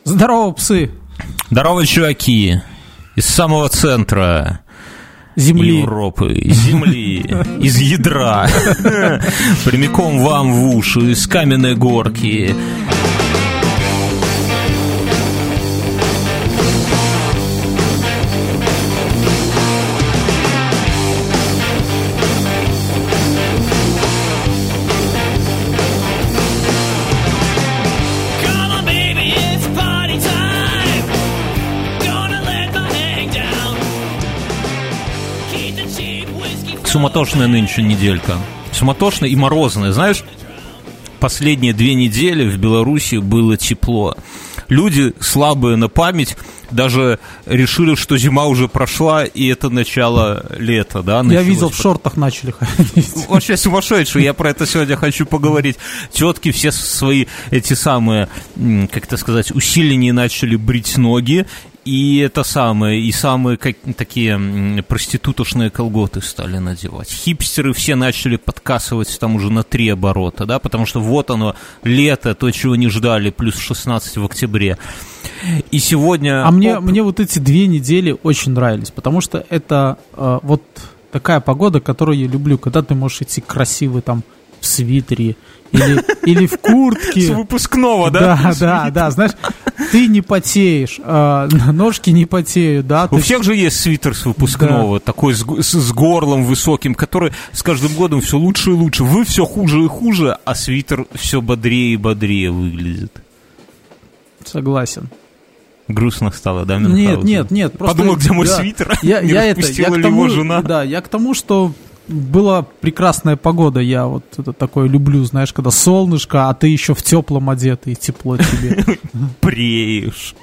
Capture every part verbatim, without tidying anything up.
Здорово, псы. Здорово, чуваки. Из самого центра Земли. Европы, Земли, из ядра, прямиком вам в уши, из каменной горки. Суматошная нынче неделька. Суматошная и морозная. Знаешь, последние две недели в Беларуси было тепло. Люди, слабые на память, даже решили, что зима уже прошла, и это начало лета, да? Я видел, в шортах начали ходить. Вообще сумасшедшие, я про это сегодня хочу поговорить. Тетки все свои, эти самые, как это сказать, усиления начали брить ноги. И это самое, и самые как, такие проститутошные колготы стали надевать. Хипстеры все начали подкасывать там уже на три оборота, да, потому что вот оно, лето, то, чего не ждали, плюс шестнадцать в октябре. И сегодня... А мне, мне вот эти две недели очень нравились, потому что это э, вот такая погода, которую я люблю, когда ты можешь идти красивый там в свитере, Или, или в куртке. С выпускного, да? Да, да, да, знаешь, ты не потеешь, э, ножки не потеют, да. У ты... всех же есть свитер с выпускного, да. Такой с, с, с горлом высоким, который с каждым годом все лучше и лучше. Вы все хуже и хуже, а свитер все бодрее и бодрее выглядит. Согласен. Грустно стало, да, Мюнхгаузен? Нет, нет, нет. Просто... Подумал, где мой да. свитер, я, не я распустила это, я ли тому, его жена. Да, я к тому, что... Была прекрасная погода, я вот это такое люблю, знаешь, когда солнышко, а ты еще в теплом одетый, и тепло тебе. Преешь.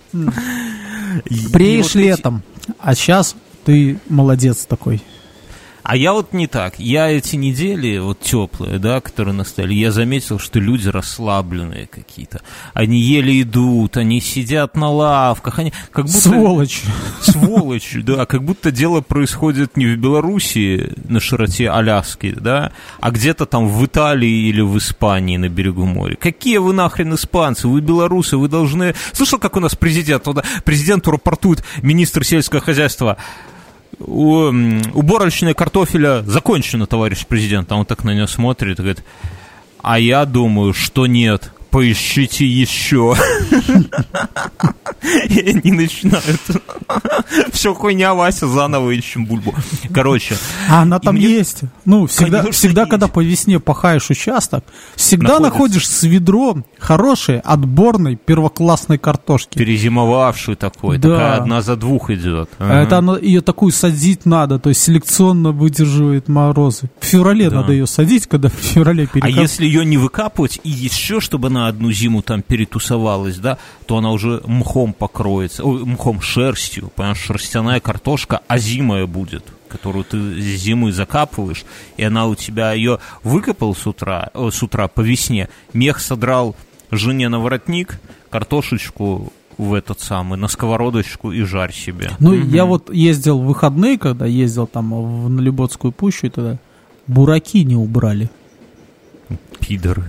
Преешь летом, а сейчас ты молодец такой. А я вот не так. Я эти недели, вот теплые, да, которые настали, я заметил, что люди расслабленные какие-то. Они еле идут, они сидят на лавках, они как будто... Сволочь. Сволочь, да, как будто дело происходит не в Белоруссии на широте Аляски, да, а где-то там в Италии или в Испании на берегу моря. Какие вы нахрен испанцы? Вы белорусы, вы должны... Слышал, как у нас президент, президенту рапортует министр сельского хозяйства: У, уборочная картофеля закончена, товарищ президент. А он так на нее смотрит и говорит: а я думаю, что нет, поищите еще. И они начинают. Все хуйня, Вася, заново ищем бульбу. Короче. А она там есть. Ну, всегда, всегда когда по весне пахаешь участок, всегда находишь с ведром хорошей, отборной, первоклассной картошки. Перезимовавшую такой. Такая одна за двух идет. Это она, ее такую садить надо, то есть селекционно выдерживает морозы. В феврале надо ее садить, когда в феврале перекапывать. А если ее не выкапывать и еще, чтобы она одну зиму там перетусовалась, да, то она уже мхом покроется, ой, мхом, шерстью, понимаешь, шерстяная картошка озимая будет, которую ты зимой закапываешь, и она у тебя ее выкопал с утра, о, с утра по весне, мех содрал жене на воротник, картошечку в этот самый, на сковородочку и жарь себе. Ну, угу. Я вот ездил в выходные, когда ездил там в Налиботскую пущу, и тогда бураки не убрали. Пидоры.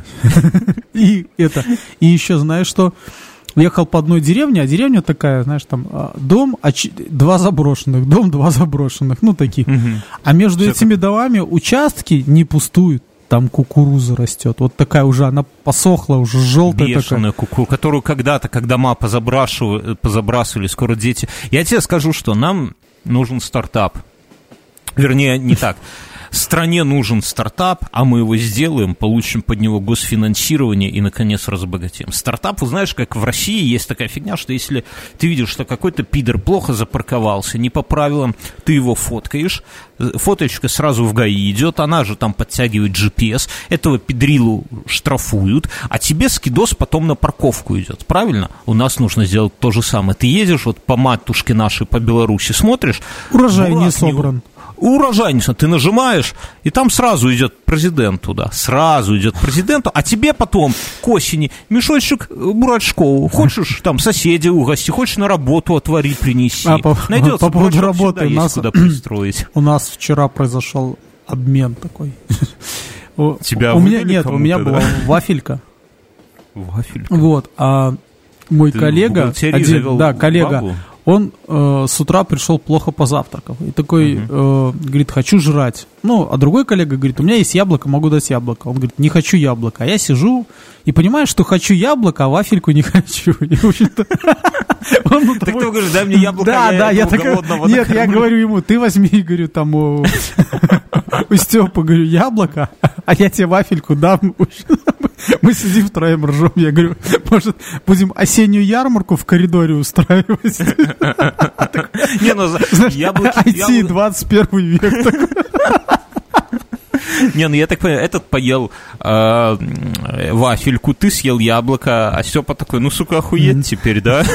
И это, и еще, знаешь, что ехал по одной деревне, а деревня такая, знаешь, там дом, а ч... два заброшенных, дом, два заброшенных, ну таких. Угу. А между Все этими как... домами участки не пустуют. Там кукуруза растет. Вот такая уже, она посохла, уже желтая такая. Бешеная кукуруза, которую когда-то, как дома позабрасывали, позабрасывали, скоро дети... Я тебе скажу, что нам нужен стартап. Вернее, не так. Стране нужен стартап, а мы его сделаем, получим под него госфинансирование и, наконец, разбогатеем. Стартап, вы знаешь, как в России есть такая фигня, что если ты видишь, что какой-то пидор плохо запарковался, не по правилам, ты его фоткаешь, фоточка сразу в ГАИ идет, она же там подтягивает джи пи эс, этого пидрилу штрафуют, а тебе скидос потом на парковку идет, правильно? У нас нужно сделать то же самое. Ты едешь вот по матушке нашей, по Беларуси, смотришь... Урожай не собран. Урожайница, ты нажимаешь, и там сразу идет президент туда, сразу идет президенту, а тебе потом к осени мешочек бурачков, хочешь там соседей угости, хочешь на работу отвори, принеси. А по, найдется, по поводу работы у нас, куда пристроить. У нас вчера произошел обмен такой. Тебя у меня нет, у меня была вафелька. Вафелька. Вот, а мой Ты коллега, один, да, коллега, бабу? он э, с утра пришел плохо позавтракав. И такой, uh-huh. э, говорит, хочу жрать. Ну, а другой коллега говорит, у меня есть яблоко, могу дать яблоко. Он говорит, не хочу яблоко. А я сижу и понимаю, что хочу яблоко, а вафельку не хочу. И, в общем-то, он, так ты говоришь, дай мне яблоко, да, я да, я так, нет, я говорю ему, ты возьми, говорю, там у, у Степы, говорю, яблоко, а я тебе вафельку дам. Мы сидим втроем, ржем. Я говорю, может, будем осеннюю ярмарку в коридоре устраивать? Не, ну, яблоки... ай ти двадцать первый век. Не, ну я так понимаю, этот поел э, вафельку, ты съел яблоко, а Степа такой, ну, сука, охуеть теперь, да?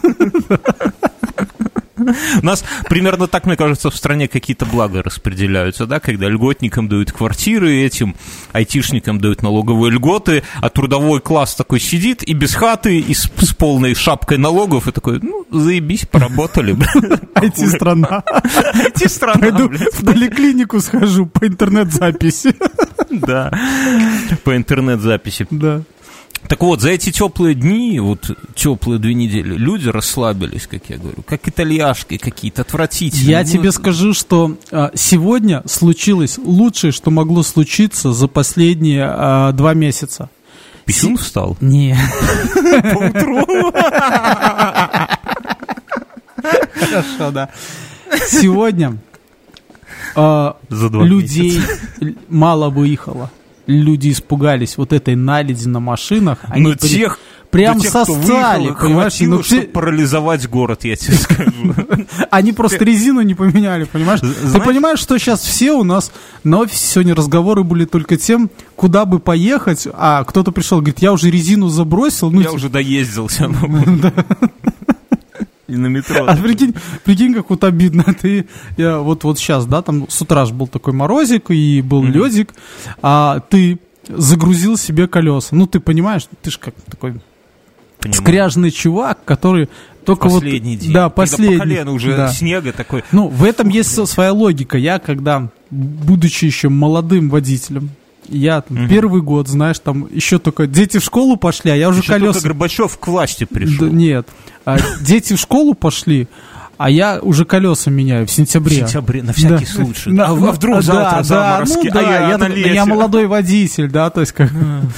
У нас примерно так, мне кажется, в стране какие-то блага распределяются, да, когда льготникам дают квартиры, этим айтишникам дают налоговые льготы, а трудовой класс такой сидит и без хаты, и с, с полной шапкой налогов, и такой, ну, заебись, поработали. ай ти-страна. ай ти-страна, пойду в поликлинику схожу по интернет-записи. Да, по интернет-записи. Да. Так вот, за эти теплые дни, вот теплые две недели, люди расслабились, как я говорю, как итальяшки какие-то отвратительные. Я ну, тебе это... скажу, что а, сегодня случилось лучшее, что могло случиться за последние а, два месяца. Писюн встал? Нет. Поутру? Хорошо, да. Сегодня людей мало выехало. Люди испугались вот этой наледи на машинах. Они ну, тех, прям тех, состали, понимаешь? Хватило, ну, чтобы ты... парализовать город, я тебе скажу. Они просто резину не поменяли, понимаешь? Ты понимаешь, что сейчас все у нас на офисе сегодня разговоры были только тем, куда бы поехать, а кто-то пришел, говорит, я уже резину забросил. Я уже доездился. И на метро. А прикинь, прикинь, как вот обидно. Ты, я вот, вот сейчас, да, там с утра же был такой морозик и был mm-hmm. ледик, а ты загрузил себе колеса. Ну, ты понимаешь, ты же как такой Понимаю. скряжный чувак, который только последний вот... день. Да, последний. По колено уже да. снега такой. Ну, в этом есть своя логика. Я, когда, будучи еще молодым водителем, я там, угу. первый год, знаешь, там еще только дети в школу пошли, а я уже еще колеса... только Горбачев к власти пришел. Да, нет, а, дети в школу пошли, а я уже колеса меняю в сентябре. В сентябре, на всякий да. случай. На, а, а вдруг завтра да, заморозки, да, ну, а да, я, я, на я, я молодой водитель, да, то есть как...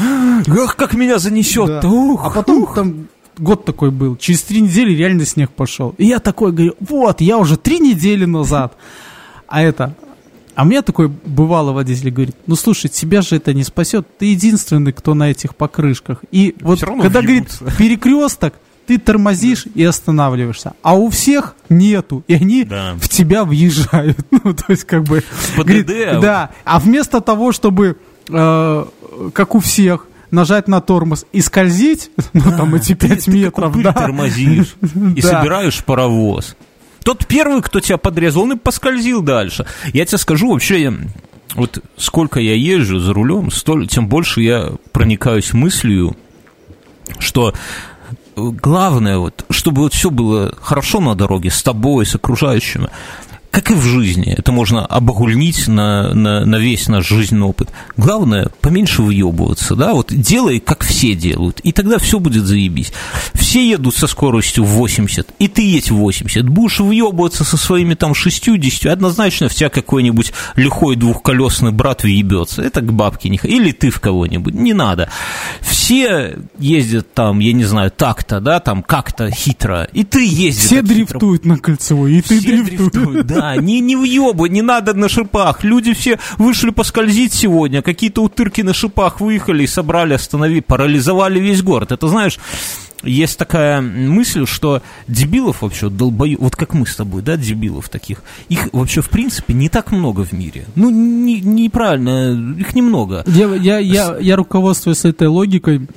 Ах, как меня занесет. Да. Ух, а потом ух. там... Год такой был, через три недели реально снег пошел. И я такой говорю, вот, я уже три недели назад. А это... А мне такой бывалый водитель говорит, ну, слушай, тебя же это не спасет, ты единственный, кто на этих покрышках. И вот когда, говорит, перекресток, ты тормозишь и останавливаешься, а у всех нету, и они да. в тебя въезжают. Ну, то есть, как бы... Говорит, да, а вместо того, чтобы, э, как у всех, нажать на тормоз и скользить, ну, да, там эти пять ты, метров, ты да. тормозишь и да. собираешь паровоз. Тот первый, кто тебя подрезал, он и поскользил дальше. Я тебе скажу, вообще, вот сколько я езжу за рулем, столь, тем больше я проникаюсь мыслью, что главное, вот, чтобы вот все было хорошо на дороге, с тобой, с окружающими, как и в жизни, это можно обогульнить на, на, на весь наш жизненный опыт. Главное, поменьше въебываться, да, вот делай, как все делают, и тогда все будет заебись. Все едут со скоростью в восемьдесят, и ты едь в восемьдесят. Будешь въебываться со своими там шестьюдесятью, однозначно в тебя какой-нибудь лихой двухколесный брат въебется. Это к бабке не... Или ты в кого-нибудь, не надо. Все ездят там, я не знаю, так-то, да, там как-то хитро, и ты ездишь. Все дрифтуют хитро. На кольцевой, и ты все дрифтуют. дрифтуют да, не, не въебывай, не надо на шипах. Люди все вышли поскользить сегодня, какие-то утырки на шипах выехали и собрали, остановили, парализовали весь город. Это, знаешь, есть такая мысль, что дебилов вообще, долбоё... вот как мы с тобой, да, дебилов таких, их вообще, в принципе, не так много в мире. Ну, не, неправильно, их немного. Я, я, я, я руководствуюсь этой логикой,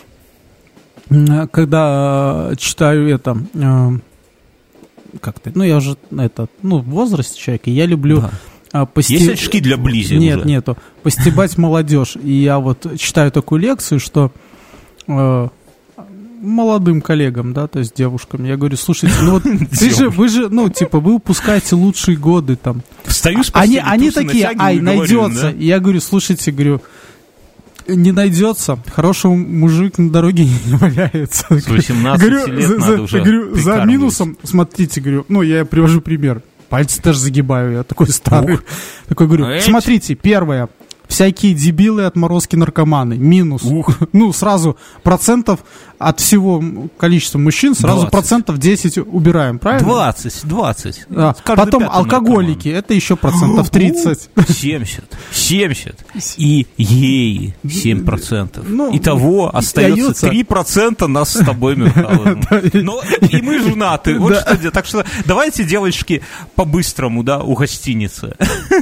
когда э, читаю это... Э, как-то, ну, я уже, это, ну, в возрасте человека, я люблю... Да. А, пости... Есть очки для близи Нет, уже? нету. Постебать молодежь. И я вот читаю такую лекцию, что э, молодым коллегам, да, то есть девушкам, я говорю, слушайте, ну вот ты же, вы же, ну, типа, вы упускаете лучшие годы там. Встаю с постели, они, они такие, ай, найдется. И я говорю, слушайте, говорю, не найдется. Хороший мужик на дороге не валяется. С восемнадцати говорю, лет за, надо за, уже говорю, за минусом, смотрите, говорю, ну, я привожу пример. Пальцы даже загибаю, я такой старый. Ух. Такой говорю, Эч. смотрите, первое. Всякие дебилы, отморозки, наркоманы. Минус. Ух. Ну, сразу процентов от всего количества мужчин, сразу двадцать процентов десять убираем, правильно? двадцать, двадцать. Да. Потом алкоголики, наркоман. Это еще процентов тридцать. семьдать, семьдесят. И ей семь процентов. Ну, итого остается три процента нас с тобой, Михаил. Но и мы женаты. Вот что. Так что давайте, девочки, по-быстрому, да, у гостиницы.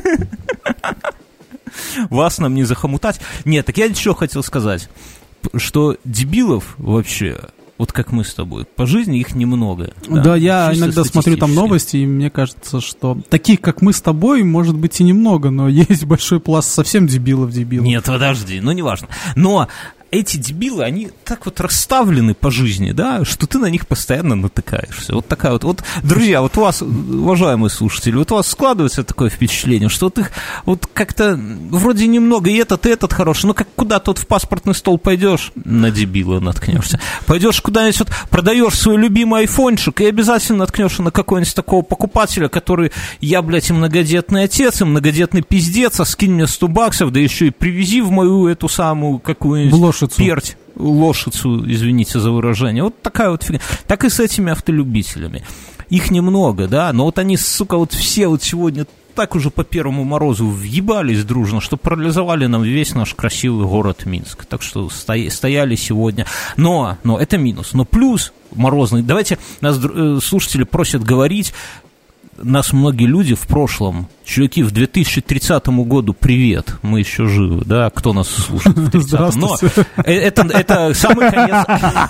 Вас нам не захомутать. Нет, так я еще хотел сказать, что дебилов вообще, вот как мы с тобой, по жизни их немного. Да, да я иногда смотрю там новости, и мне кажется, что таких, как мы с тобой, может быть и немного, но есть большой пласт совсем дебилов-дебилов. Нет, подожди, ну неважно. Но эти дебилы, они так вот расставлены по жизни, да, что ты на них постоянно натыкаешься. Вот такая вот, вот, друзья, вот у вас, уважаемые слушатели, вот у вас складывается такое впечатление, что вот их вот как-то вроде немного, и этот, и этот хороший, но как куда-то вот в паспортный стол пойдешь, на дебила наткнешься. Пойдешь куда-нибудь, вот продаешь свой любимый айфончик, и обязательно наткнешься на какого-нибудь такого покупателя, который, я, блядь, и многодетный отец, и многодетный пиздец, а скинь мне сто баксов, да еще и привези в мою эту самую какую-нибудь перть, лошицу, извините за выражение. Вот такая вот фигня. Так и с этими автолюбителями. Их немного, да, но вот они, сука, вот все вот сегодня так уже по первому морозу въебались дружно, что парализовали нам весь наш красивый город Минск. Так что стояли сегодня. Но, но это минус. Но плюс морозный. Давайте, нас слушатели просят говорить. Нас многие люди в прошлом, чуваки, в две тысячи тридцатому году, привет, мы еще живы, да, кто нас слушает в тридцатом? Но это, это самый конец.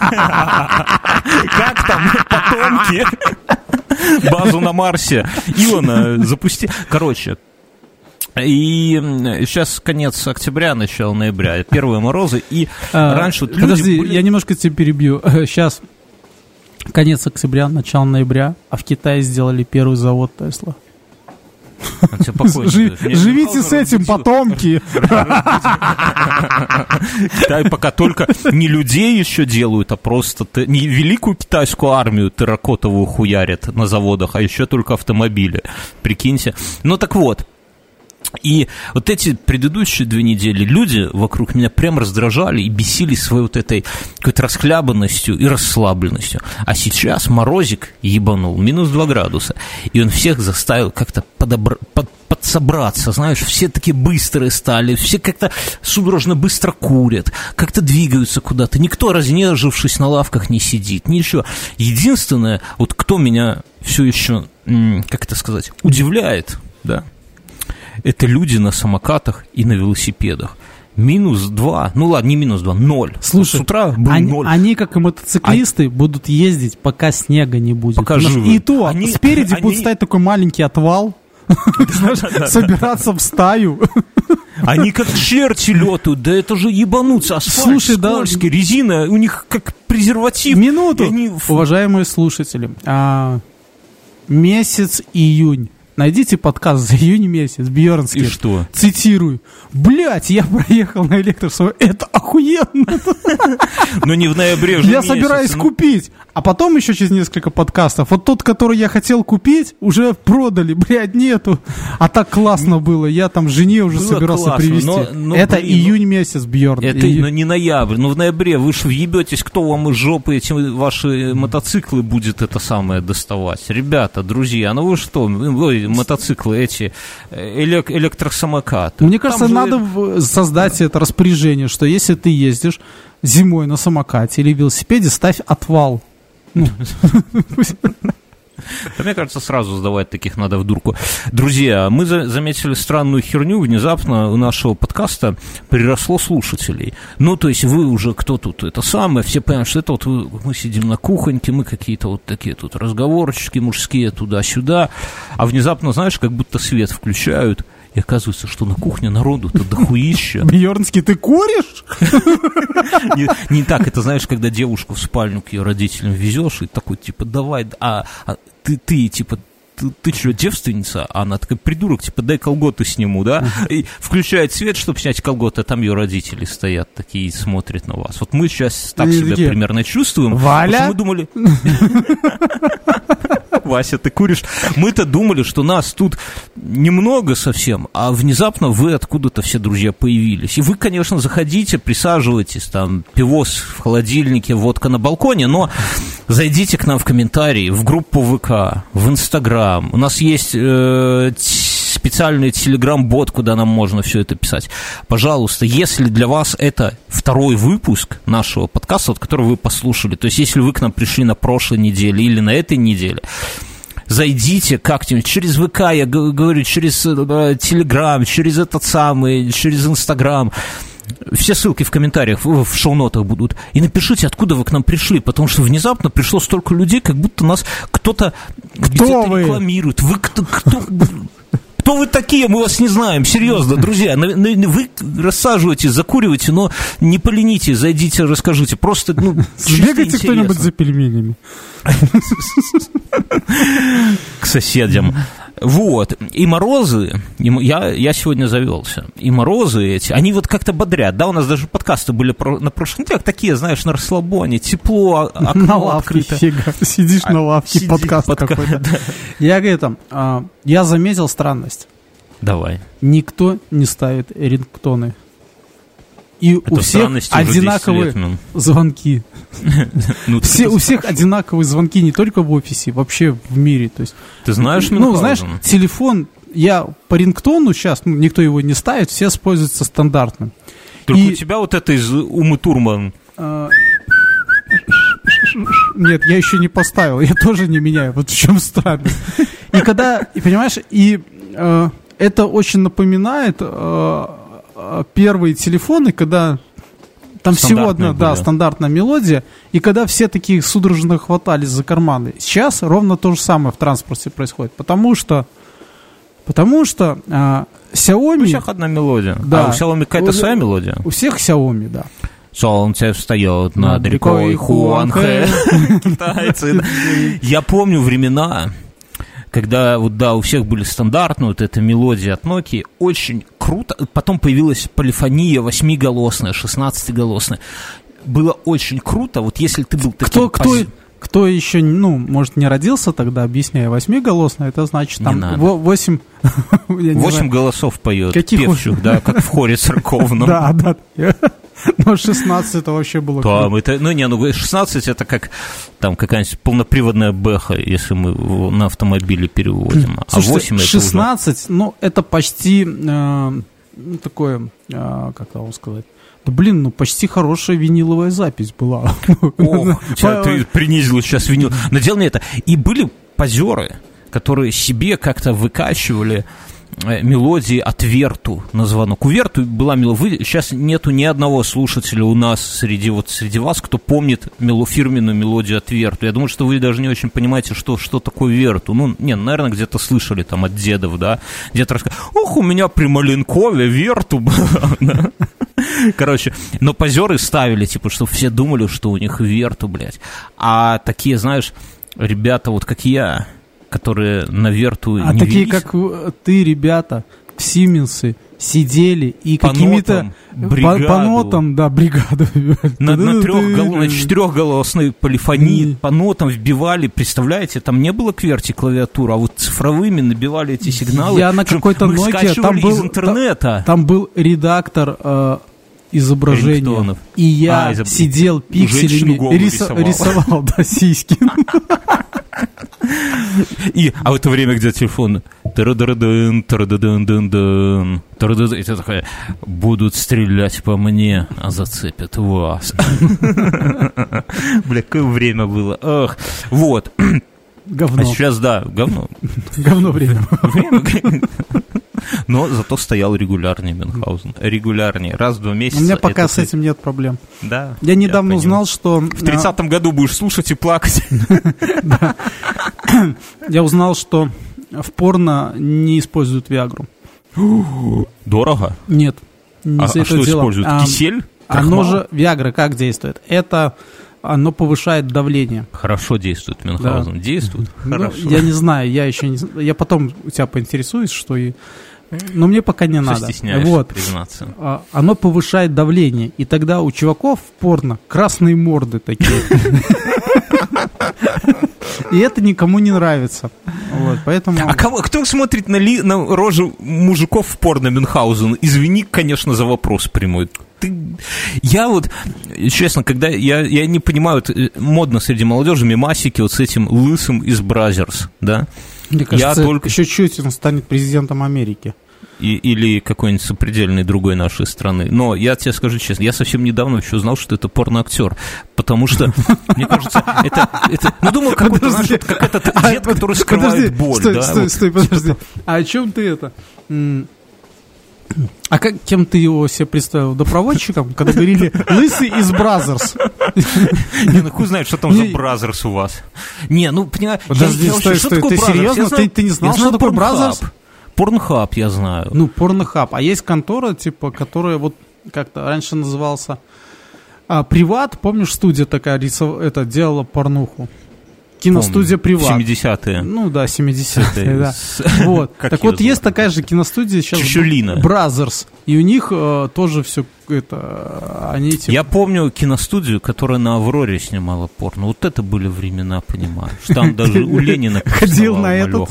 Как там, потомки? Базу на Марсе. Илона, запусти. Короче, и сейчас конец октября, начало ноября, первые морозы, и а, раньше... Вот подожди, были... я немножко тебя перебью. Сейчас... Конец октября, начало ноября, а в Китае сделали первый завод Тесла. Жи, живите с этим, потомки. Китай пока только не людей еще делают, а просто не великую китайскую армию терракотовую хуярят на заводах, а еще только автомобили. Прикиньте. Ну так вот. И вот эти предыдущие две недели люди вокруг меня прям раздражали и бесили своей вот этой какой-то расхлябанностью и расслабленностью. А сейчас морозик ебанул, минус два градуса, и он всех заставил как-то подобр... под... подсобраться, знаешь, все такие быстрые стали, все как-то судорожно быстро курят, как-то двигаются куда-то, никто, разнежившись на лавках, не сидит, ничего. Единственное, вот кто меня все еще, как это сказать, удивляет, да, это люди на самокатах и на велосипедах. Минус два, ну ладно, не минус два, ноль. Слушай, с утра был они, ноль. Они, как и мотоциклисты, а... будут ездить, пока снега не будет. Пока живы. И то, они, спереди они... будет стоять такой маленький отвал, собираться в стаю. Они как черти летают, да это же ебануться, асфальт скользкий, резина, у них как презерватив. Минуту, уважаемые слушатели, месяц июнь. Найдите подкаст за июнь месяц, Бьернский. И что? Цитирую. Блять, я проехал на электросвое. Это охуенно. Но не в ноябре же Я собираюсь купить. А потом еще через несколько подкастов. Вот тот, который я хотел купить, уже продали. Блядь, нету. А так классно было. Я там жене уже собирался привезти. Это июнь месяц, Бьерн. Это не ноябрь. Но в ноябре вы же въебетесь, кто вам из жопы эти ваши мотоциклы будет это самое доставать. Ребята, друзья, ну вы что? Вы мотоциклы эти, элек- электросамокаты. Мне кажется, же... надо создать это распоряжение, что если ты ездишь зимой на самокате или велосипеде, ставь отвал. Да, мне кажется, сразу сдавать таких надо в дурку. Друзья, мы за- заметили странную херню. Внезапно у нашего подкаста приросло слушателей. Ну, то есть вы уже кто тут? Это самое. Все понимают, что это вот вы, мы сидим на кухоньке, мы какие-то вот такие тут разговорчики мужские туда-сюда. А внезапно, знаешь, как будто свет включают. И оказывается, что на кухне народу-то дохуища. Бьернский, ты куришь? Не, не так, это знаешь, когда девушку в спальню к ее родителям везешь, и такой, типа, давай, а, а ты, ты, типа, ты, ты что, девственница? А она такая, придурок, типа, дай колготы сниму, да? И включает свет, чтобы снять колготы, а там ее родители стоят такие и смотрят на вас. Вот мы сейчас так себя такие, примерно чувствуем. Валя? Мы думали... Вася, ты куришь? Мы-то думали, что нас тут немного совсем, а внезапно вы откуда-то все, друзья, появились. И вы, конечно, заходите, присаживайтесь, там, пивос в холодильнике, водка на балконе, но зайдите к нам в комментарии, в группу ВК, в Инстаграм. У нас есть э, специальный телеграм-бот, куда нам можно все это писать. Пожалуйста, если для вас это второй выпуск нашего подкаста, вот, который вы послушали, то есть если вы к нам пришли на прошлой неделе или на этой неделе, зайдите как-нибудь через ВК, я говорю, через э, Телеграм, через этот самый, через Инстаграм. Все ссылки в комментариях, в, в шоу-нотах будут. И напишите, откуда вы к нам пришли, потому что внезапно пришло столько людей, как будто нас кто-то где-то рекламирует. Вы кто... кто... Кто вы такие? Мы вас не знаем. Серьезно, друзья. Вы рассаживаетесь, закуриваете, но не поленитесь, зайдите, расскажите. Просто, ну, сбегайте кто-нибудь за пельменями. К соседям. Вот. И морозы, и я, я сегодня завелся. И морозы эти, они вот как-то бодрят. Да, у нас даже подкасты были про, на прошлом неделе, такие, знаешь, на расслабоне, тепло, окно на лавке фига. Сидишь а, на лавке, сиди, подкаст подка... какой-то. Да. Я говорю, там, а, я заметил странность. Давай. Никто не ставит рингтоны. И это у всех одинаковые звонки. ну, Все, у всех одинаковые звонки не только в офисе, вообще в мире. То есть, ты знаешь, ну, знаешь, телефон, я по рингтону сейчас, ну, никто его не ставит, все используются стандартным. Только и... у тебя вот это из Умы Турман. А... Нет, я еще не поставил, я тоже не меняю. Вот в чем странность. И когда, и понимаешь, и э, это очень напоминает... Э, первые телефоны, когда там всего одна, да, стандартная мелодия, и когда все такие судорожно хватались за карманы. Сейчас ровно то же самое в транспорте происходит, потому что потому что а, Xiaomi... У всех одна мелодия, да, а у Xiaomi какая-то своя мелодия? У всех Xiaomi, да. Солнце встает над рекой Хуанхэ. Китайцы. Я помню времена, когда, вот, да, у всех были стандартные, вот эта мелодия от Nokia, очень круто. Потом появилась полифония восьмиголосная, шестнадцатиголосная. Было очень круто, вот если ты был таким... Кто, кто, кто еще, ну, может, не родился тогда, объясняю, восьмиголосная, это значит, там, восемь... Восемь голосов поет, певчих, да, как в хоре церковном. Да, да. Но шестнадцать это вообще было круто. Да, это, ну, не, ну, шестнадцать это как там какая-нибудь полноприводная бэха, если мы на автомобиле переводим. А восемь это шестнадцать, уже... ну, это почти э, такое, э, как вам сказать, да блин, ну почти хорошая виниловая запись была. Ох, ты принизил сейчас винил. Но дело не это. И были позеры, которые себе как-то выкачивали мелодии от Верту на звонок. У Верту была мелодия. Сейчас нету ни одного слушателя у нас среди, вот, среди вас, кто помнит мело, фирменную мелодию от Верту. Я думаю, что вы даже не очень понимаете, что, что такое Верту. Ну, не, наверное, где-то слышали там от дедов, да. Где-то рассказывали, ох, у меня при Маленкове Верту была. Короче, но позеры ставили, типа, чтобы все думали, что у них Верту, блядь. А такие, знаешь, ребята вот как я, которые на Верту а не такие, велись. Как ты, ребята, в Сименсе сидели и по какими-то... Бригаду. По, по нотам, да, бригаду. На, на, трехгол... на четырехголосной полифонии по нотам вбивали, представляете, там не было кверти клавиатуры, а вот цифровыми набивали эти сигналы. Я на какой-то Nokia, там был, из интернета. Там, там был редактор... Э, изображения. Рингтонов. И я а, изоб... сидел пикселями, рис... рисовал, рисовал да, сиськи. И, а в это время где телефон? Тарададын, тарададын, тарададын. И ты такая, будут стрелять по мне, а зацепят вас. Бля, какое время было. Ах, вот. Говно. А сейчас, да, говно. Говно время. Время. Но зато стоял регулярнее Мюнхгаузен. Регулярнее. Раз в два месяца. У меня пока с этим нет проблем. Да. Я недавно узнал, что... В тридцатом году будешь слушать и плакать. Я узнал, что в порно не используют Виагру. Дорого? Нет. А что используют? Кисель? Оно же, Виагра как действует? Это оно повышает давление. Хорошо действует, Мюнхгаузен. Да. Действует? Ну, хорошо. Я не знаю, я еще не знаю. Я потом у тебя поинтересуюсь, что и... Но мне пока не Что надо. Стесняешься вот. признаться. Оно повышает давление, и тогда у чуваков в порно красные морды такие. И это никому не нравится. Вот, поэтому... А кого, кто смотрит на, ли, на рожу мужиков в порно Мюнхгаузен? Извини, конечно, за вопрос прямой. Ты... Я вот, честно, когда... Я, я не понимаю, это модно среди молодежи мемасики вот с этим лысым из Бразерс, да? Мне кажется, я только... чуть-чуть он станет президентом Америки. И, или какой-нибудь сопредельной другой нашей страны. Но я тебе скажу честно, я совсем недавно еще узнал, что это порноактер. Потому что, мне кажется, это... это ну, думаю, какой-то, знаешь, вот, как этот дед, а, который скрывает подожди, боль. Стой, да? стой, вот, стой, подожди. Типа... А о чем ты это... А как, кем ты его себе представил? Допроводчиком, когда говорили «лысый из Бразерс»? Не, ну хуй знает, что там за Бразерс у вас. Не, ну, понимаешь... Подожди, стой, стой, ты серьезно? Ты не знал, что такое Бразерс? Порнхаб, я знаю. Ну, Порнхаб. А есть контора, типа, которая вот как-то раньше назывался а, Приват. Помнишь, студия такая рисов... это, делала порнуху? Киностудия Приват. семидесятые. Ну да, семидесятые, да. Вот. Так вот, есть такая же киностудия сейчас. Чучулина. Бразерс. И у них э, тоже все это... Они типа... Я помню киностудию, которая на Авроре снимала порно. Вот это были времена, понимаешь. Там даже у Ленина ходил на этот...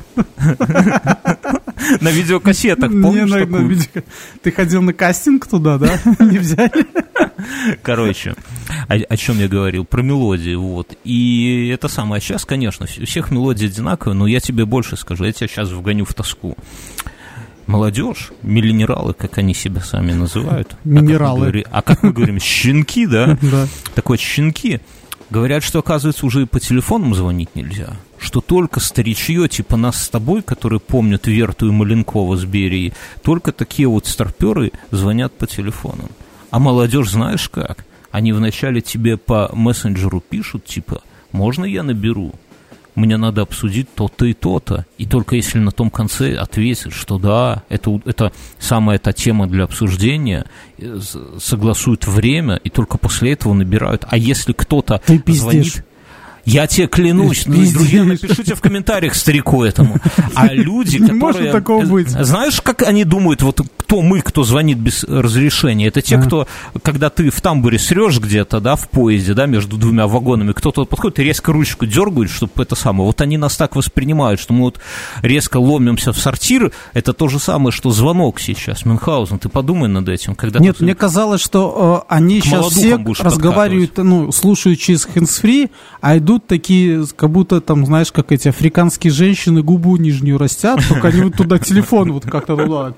На видеокассетах, помнишь? Ты ходил на кастинг туда, да? Не взяли? Короче, о, о чем я говорил? Про мелодии, вот. И это самое. А сейчас, конечно, у всех мелодии одинаковые, но я тебе больше скажу, я тебя сейчас вгоню в тоску. Молодежь, миллениалы, как они себя сами называют. Минералы. А как мы говорим, щенки, да? Да. Так вот, щенки говорят, что, оказывается, уже и по телефонам звонить нельзя. Что только старичье, типа нас с тобой, которые помнят Верту и Маленкова с Берии, только такие вот старперы звонят по телефонам. А молодежь знаешь как? Они вначале тебе по мессенджеру пишут, типа, можно я наберу? Мне надо обсудить то-то и то-то. И только если на том конце ответят, что да, это, это самая та тема для обсуждения, согласуют время, и только после этого набирают. А если кто-то Ты звонит... пиздишь. Я тебе клянусь, друзья, напишите в комментариях старику этому. А люди, не которые... может такого быть. Знаешь, как они думают, вот кто мы, кто звонит без разрешения? Это те, а. кто, когда ты в тамбуре срешь где-то, да, в поезде, да, между двумя вагонами, кто-то подходит и резко ручку дергает, чтобы это самое. Вот они нас так воспринимают, что мы вот резко ломимся в сортир. Это то же самое, что звонок сейчас. Мюнхгаузен, ты подумай над этим. Когда Нет, ты... мне казалось, что э, они сейчас все разговаривают, ну, слушают через хэндсфри, а идут такие, как будто там, знаешь, как эти африканские женщины губу нижнюю растят, только они вот туда телефон вот как-то туда.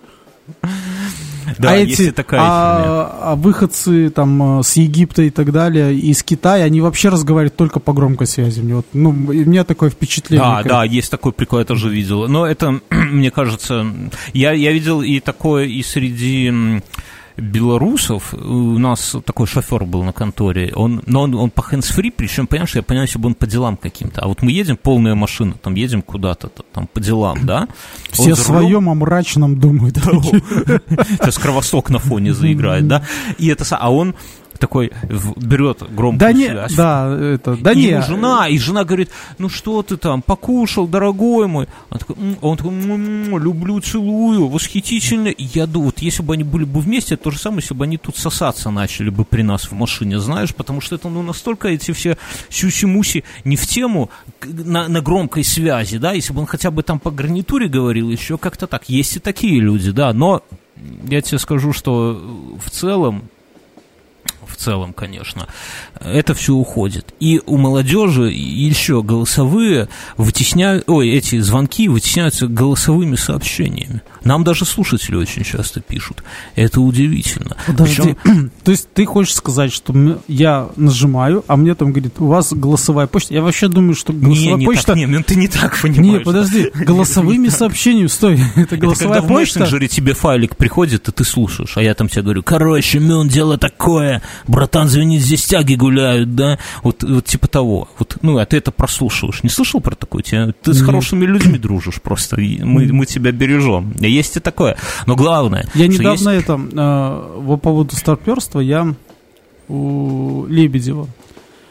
Да, а есть эти, и такая а, а выходцы там с Египта и так далее, из Китая, они вообще разговаривают только по громкой связи. Мне вот, ну, у меня такое впечатление. Да, как... да, есть такой прикол, я тоже видел. Но это, мне кажется, я, я видел и такое и среди белорусов. У нас такой шофер был на конторе, он, но он, он по хэндсфри, причем, понимаешь, я понимаю, если бы он по делам каким-то. А вот мы едем, полная машина, там едем куда-то, там по делам, да? Все о своем, о мрачном думают. Сейчас Кровосток на фоне заиграет, да? И это, а он такой берет громкую да не, связь. Да, это, да и не. ему жена, и жена говорит, ну что ты там, покушал, дорогой мой? Он такой, он такой, люблю, целую, восхитительно. И я думаю, вот если бы они были бы вместе, это то же самое, если бы они тут сосаться начали бы при нас в машине, знаешь, потому что это, ну, настолько эти все сюси-муси не в тему на, на громкой связи, да, если бы он хотя бы там по гарнитуре говорил, еще как-то так. Есть и такие люди, да, но я тебе скажу, что в целом, в целом, конечно, это все уходит. И у молодежи еще голосовые вытесняют, ой, эти звонки вытесняются голосовыми сообщениями. Нам даже слушатели очень часто пишут. Это удивительно. Подожди, Причем... то есть ты хочешь сказать, что я нажимаю, а мне там говорит, у вас голосовая почта? Я вообще думаю, что голосовая не, не почта... Так, не, ну ты не так понимаешь. Не, подожди, голосовыми сообщениями, стой, это голосовая это когда почта? в мессенджере тебе файлик приходит, и ты слушаешь, а я там тебе говорю, короче, Мюн, дело такое, братан, звонит, здесь тяги гуляют, да, вот, вот типа того. Вот, ну, а ты это прослушиваешь. Не слышал про такое? Ты, ты с хорошими людьми дружишь просто, мы, мы тебя бережем. Есть и такое. Но главное... Я недавно есть... это, э, по поводу старперства, я у Лебедева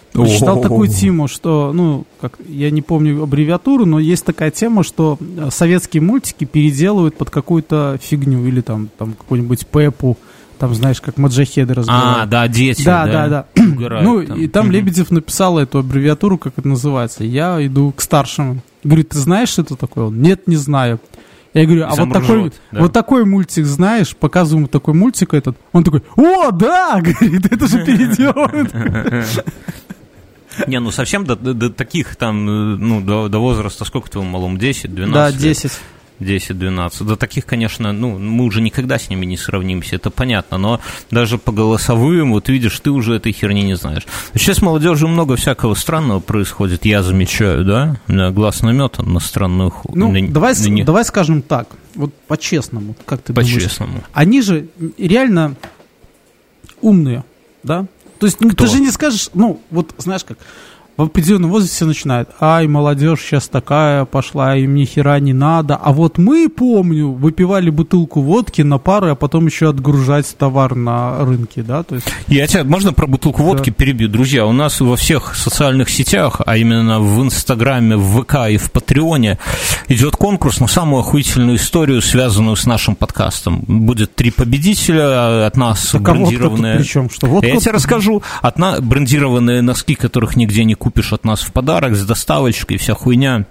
Читал такую тему, что, ну, как, я не помню аббревиатуру, но есть такая тема, что советские мультики переделывают под какую-то фигню, или там, там какую-нибудь Пеппу, там, знаешь, как маджахеды разговаривают. А, да, дети, да. Да, да, да. Угорают, ну, там. и там угу. Лебедев написал эту аббревиатуру, как это называется. Я иду к старшему. Говорит, ты знаешь, что это такое? Он, нет, не знаю. Я говорю, а вот такой, да. вот такой мультик знаешь, показываю ему такой мультик этот. Он такой, о, да, говорит, это же переделывают. Не, ну совсем до, до, до таких там, ну, до, до возраста, сколько твоему малому, десять, двенадцать? Да, десять. десять-двенадцать. До таких, конечно, ну, мы уже никогда с ними не сравнимся, это понятно, но даже по голосовым, вот видишь, ты уже этой херни не знаешь. Сейчас с молодежью много всякого странного происходит, я замечаю, да? У меня глаз наметан на странную... Ну, на, давай, на не... давай скажем так, вот по-честному, как ты думаешь? По-честному. Они же реально умные, да? То есть Кто? Ты же не скажешь, ну, вот знаешь как, в определенном возрасте все начинают, ай, молодежь сейчас такая пошла, им ни хера не надо, а вот мы, помню, выпивали бутылку водки на пары, а потом еще отгружать товар на рынке, да, то есть... Я тебя, можно про бутылку водки да. перебью? Друзья, у нас во всех социальных сетях, а именно в Инстаграме, в ВК и в Патреоне идет конкурс на самую охуительную историю, связанную с нашим подкастом. Будет три победителя, от нас так, брендированные... А причем, что водка? Я тебе расскажу, от нас брендированные носки, которых нигде не купишь, купишь от нас в подарок с доставочкой, вся хуйня.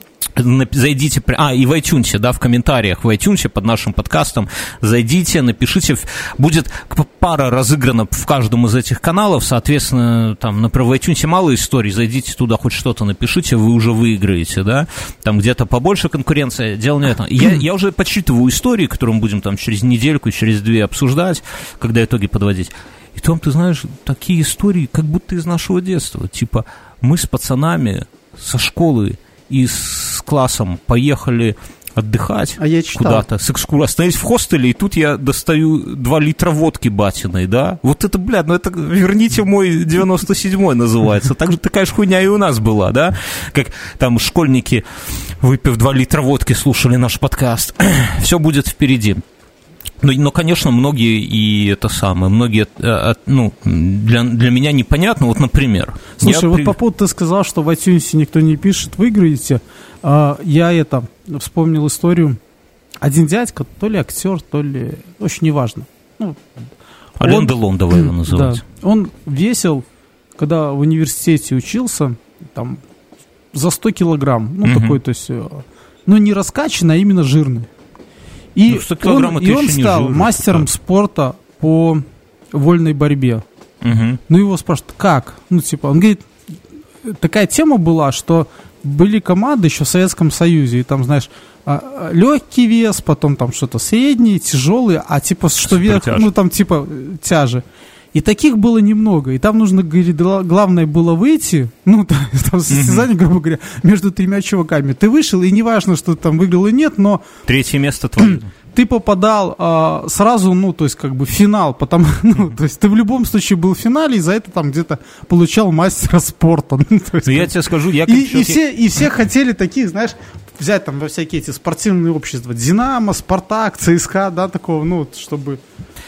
Зайдите, а, и в iTunes, да, в комментариях в iTunes под нашим подкастом зайдите, напишите, будет пара разыграна в каждом из этих каналов, соответственно, там, например, в iTunes мало историй, зайдите туда, хоть что-то напишите, вы уже выиграете, да, там где-то побольше конкуренция, дело не это. Я, я уже подсчитываю истории, которые мы будем там через недельку, через две обсуждать, когда итоги подводить. И там, ты знаешь, такие истории, как будто из нашего детства, типа, мы с пацанами со школы и с классом поехали отдыхать а я куда-то с экскурсией, остановились в хостеле, и тут я достаю два литра водки батиной, да? Вот это, блядь, ну это верните мой девяносто седьмой называется. Так же такая же хуйня и у нас была, да? Как там школьники, выпив два литра водки, слушали наш подкаст. Все будет впереди. Ну, но, конечно, многие и это самое, многие, ну, для, для меня непонятно, вот, например. Слушай, я вот при... по поводу ты сказал, что в iTunes никто не пишет, выиграете. А, я это, вспомнил историю, один дядька, то ли актер, то ли, очень неважно. Ну, Ален Делон, давай его называть. Да, он весил, когда в университете учился, там, за сто килограмм, ну, угу. такой, то есть, ну, не раскачанный, а именно жирный. И ну, он, и он стал жирный, мастером да. спорта по вольной борьбе. Угу. Ну, его спрашивают, как? Ну, типа, он говорит, такая тема была, что были команды еще в Советском Союзе, и там, знаешь, легкий вес, потом там что-то средний, тяжелый, а типа, что вверх, ну, там, типа, тяжи. И таких было немного. И там нужно, говорит, главное было выйти, ну, там, там состязание, mm-hmm. грубо говоря, между тремя чуваками. Ты вышел, и неважно, что ты там выиграл или нет, но... Третье место твое. Ты попадал а, сразу, ну, то есть, как бы, в финал, потому, ну, то есть, ты в любом случае был в финале, и за это там где-то получал мастера спорта. Ну, то есть, ну я тебе скажу, я... И, и, все, и все хотели таких, знаешь, взять там во всякие эти спортивные общества, Динамо, Спартак, ЦСКА, да, такого, ну, чтобы...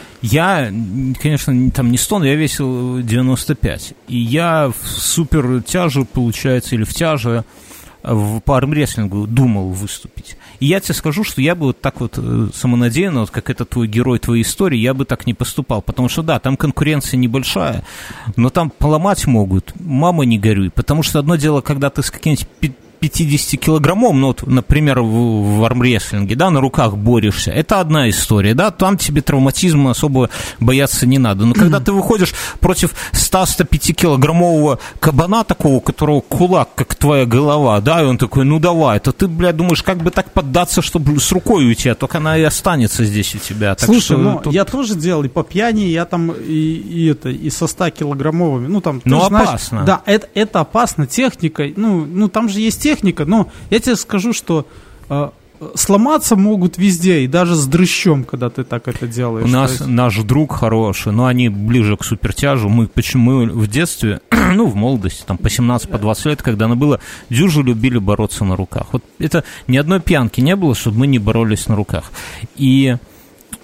Я, конечно, там не сто, но я весил девяносто пять. И я в супер тяжу, получается, или в тяже, в, по армрестлингу думал выступить. И я тебе скажу, что я бы вот так вот самонадеянно, вот как это твой герой твоей истории, я бы так не поступал. Потому что, да, там конкуренция небольшая, но там поломать могут. Мама, не горюй. Потому что одно дело, когда ты с каким-нибудь пятьдесят килограммом, ну, вот, например, в, в армрестлинге, да, на руках борешься, это одна история, да, там тебе травматизма особо бояться не надо. Но когда ты выходишь против ста-ста пяти килограммового кабана такого, у которого кулак, как твоя голова, да, и он такой, ну, давай, то ты, блядь, думаешь, как бы так поддаться, чтобы с рукой уйти, а только она и останется здесь у тебя. Так Слушай, что ну, тут... я тоже делал и по пьяни, я там и, и это, и со ста килограммовыми, ну, там... Ну, опасно. Знаешь, да, это, это опасно техникой, ну, ну, там же есть техника. Техника, но я тебе скажу, что э, сломаться могут везде, и даже с дрыщом, когда ты так это делаешь. У нас есть... наш друг хороший, но они ближе к супертяжу. Мы почему в детстве, ну, в молодости, там, по семнадцать, по двадцать лет, когда она была, дюжу любили бороться на руках. Вот это ни одной пьянки не было, чтобы мы не боролись на руках. И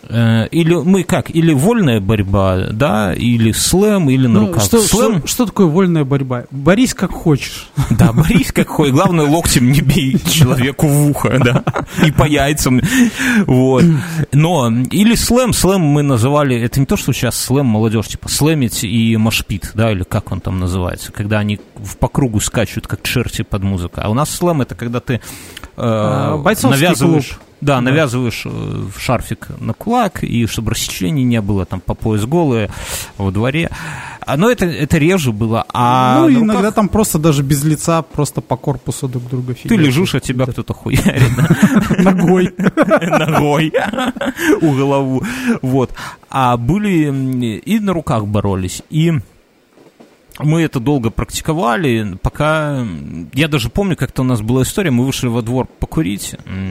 Или мы как, или вольная борьба, да, или слэм, или на ну, руках. Что, слэм... что, что такое вольная борьба? Борись как хочешь. Да, борись как хочешь. Главное, локтем не бей человеку в ухо, да, и по яйцам. Вот. Но, или слэм, слэм мы называли, это не то, что сейчас слэм молодежь, типа слэмить и машпит, да, или как он там называется, когда они по кругу скачут, как черти под музыку. А у нас слэм — это когда ты э, навязываешь... Клуб. Да, да, навязываешь в шарфик на кулак, и чтобы рассечений не было, там, по пояс голые во дворе. Но это, это реже было. А ну, иногда руках... там просто даже без лица, просто по корпусу друг друга фигачит. Ты лежишь, а тебя кто-то хуярит. Ногой. Ногой. У голову. Вот. А были и на руках боролись, и... Мы это долго практиковали, пока... Я даже помню, как-то у нас была история, мы вышли во двор покурить,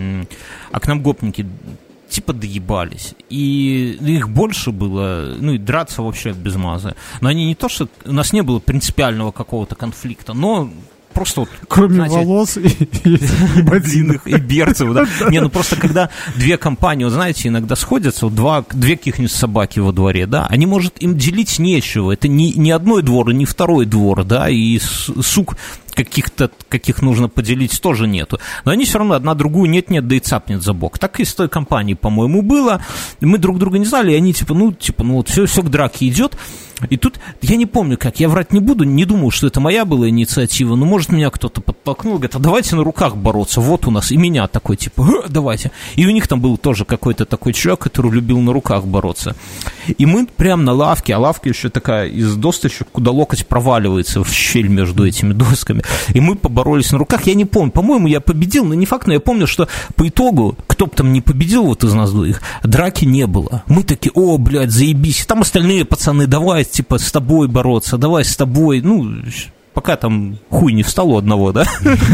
а к нам гопники типа доебались. И их больше было, ну и драться вообще без мазы. Но они не то, что... У нас не было принципиального какого-то конфликта, но... Просто вот, кроме знаете, волос и, и ботинок, и берцев, да. Не, ну просто когда две компании, вот знаете, иногда сходятся, вот два, две каких-нибудь собаки во дворе, да, они, может, им делить нечего. Это не, не одной двор и не второй двор, да, и сук каких-то, каких нужно поделить, тоже нету. Но они все равно одна другую нет-нет, да и цапнет за бок. Так и с той компанией, по-моему, было. Мы друг друга не знали, и они типа, ну, типа, ну вот все, все к драке идет. И тут, я не помню как, я врать не буду, не думаю, что это моя была инициатива, но, может, меня кто-то подтолкнул, говорит, а давайте на руках бороться, вот у нас, и меня такой, типа, давайте. И у них там был тоже какой-то такой человек, который любил на руках бороться. И мы прям на лавке, а лавка еще такая из досточек, куда локоть проваливается в щель между этими досками. И мы поборолись на руках, я не помню, по-моему, я победил, но не факт, но я помню, что по итогу, кто бы там не победил вот из нас двоих, драки не было. Мы такие, о, блядь, заебись, там остальные пацаны, давай, типа, с тобой бороться, давай с тобой, ну, пока там хуй не встал у одного, да,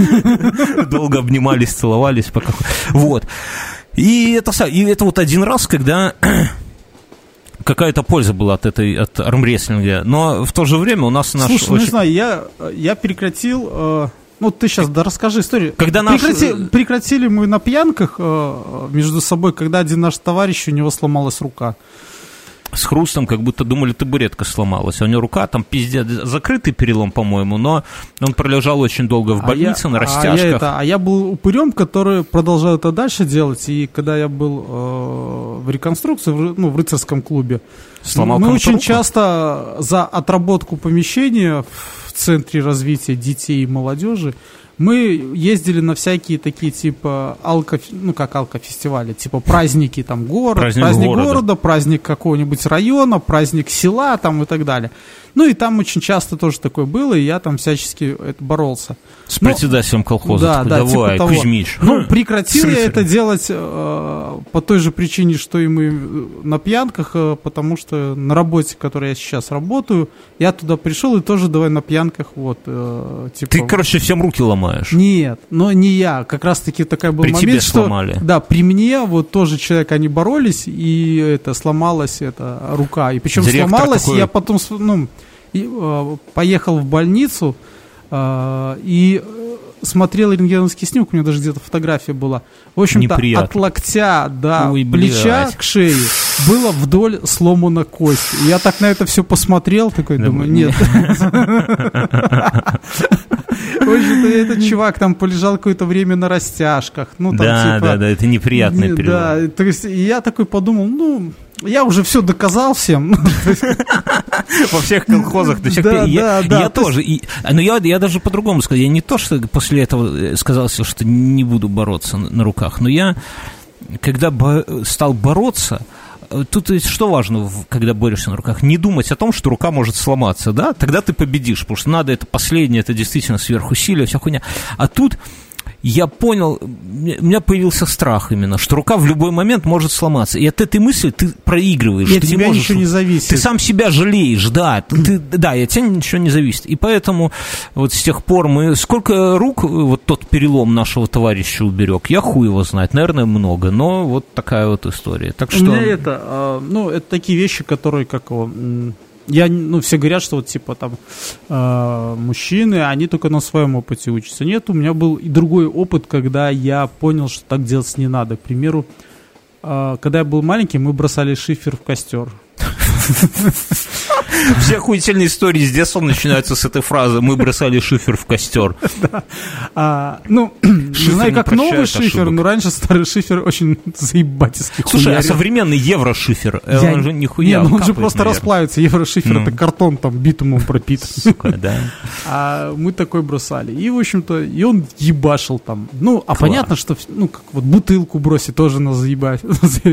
долго обнимались, целовались, пока, вот. И это, и это вот один раз, когда какая-то польза была от этой, от армрестлинга, но в то же время у нас наш... Слушай, ну очень... не знаю, я, я прекратил... Э... Ну, ты сейчас, да, расскажи историю. Когда Прекрати, наш... Прекратили мы на пьянках э, между собой, когда один наш товарищ, у него сломалась рука. С хрустом, как будто думали, табуретка сломалась. А у него рука, там, пиздец, закрытый перелом, по-моему, но он пролежал очень долго в больнице, а я, на растяжках. А я, это, а я был упырем, который продолжал это дальше делать, и когда я был э, в реконструкции, в, ну, в рыцарском клубе, сломал мы очень руку? часто за отработку помещения в Центре развития детей и молодежи мы ездили на всякие такие, типа, алко, ну, как алкофестивали, типа праздники, там, город, праздник, праздник города. города, праздник какого-нибудь района, праздник села, там, и так далее. Ну, и там очень часто тоже такое было, и я там всячески это боролся. С председателем колхоза, да, такой, да, давай, типа Кузьмич. Ну, прекратил я это делать э, по той же причине, что и мы на пьянках, э, потому что на работе, в которой я сейчас работаю, я туда пришел и тоже давай на пьянках, вот, э, типа... Ты, короче, всем руки ломаешь. Нет, но не я, как раз-таки такой был при момент, тебе что... сломали. Да, при мне вот тоже человек, они боролись, и это, сломалась эта рука, и причем Директор сломалась, такой... я потом, ну... И, э, поехал в больницу э, и смотрел рентгеновский снимок, у меня даже где-то фотография была. В общем-то, неприятно. От локтя до Ой, плеча блядь. к шее было вдоль сломана кость. И я так на это все посмотрел, такой, да, думаю, нет. В общем-то, этот чувак там полежал какое-то время на растяжках. Ну, там, да, типа, да, да, это неприятный перелом. Да, то есть я такой подумал, ну... Я уже все доказал всем. Во всех колхозах. Да, да, да. Я тоже. Но я даже по-другому сказал. Я не то, что после этого сказал, что не буду бороться на руках, но я, когда стал бороться, тут ведь что важно, когда борешься на руках? Не думать о том, что рука может сломаться, да? Тогда ты победишь, потому что надо, это последнее, это действительно сверхусилие, вся хуйня. А тут... Я понял, у меня появился страх именно, что рука в любой момент может сломаться. И от этой мысли ты проигрываешь. И от тебя не ничего не зависит. Ты сам себя жалеешь, да. Ты, да, и от тебя ничего не зависит. И поэтому вот с тех пор мы... Сколько рук вот тот перелом нашего товарища уберег, я хуй его знает. Наверное, много, но вот такая вот история. Так что... У меня это, ну, это такие вещи, которые, как его... Я, ну, все говорят, что вот, типа, там, э, мужчины, они только на своем опыте учатся. Нет, у меня был и другой опыт, когда я понял, что так делать не надо. К примеру, когда я был маленький, мы бросали шифер в костер. Все охуительные истории с детства начинаются с этой фразы: мы бросали шифер в костер. Да. А, ну, не знаю, как новый шифер, но раньше старый шифер очень заебательский. Слушай, а современный еврошифер, Я... он же нихуя Не, ну он капает, же просто наверное. расплавится. Еврошифер Ну. это картон там битумом пропит. Сука, да. А мы такой бросали. И, в общем-то, и он ебашил там. Ну, а Класс. понятно, что, ну, как вот бутылку бросить тоже нас заебать.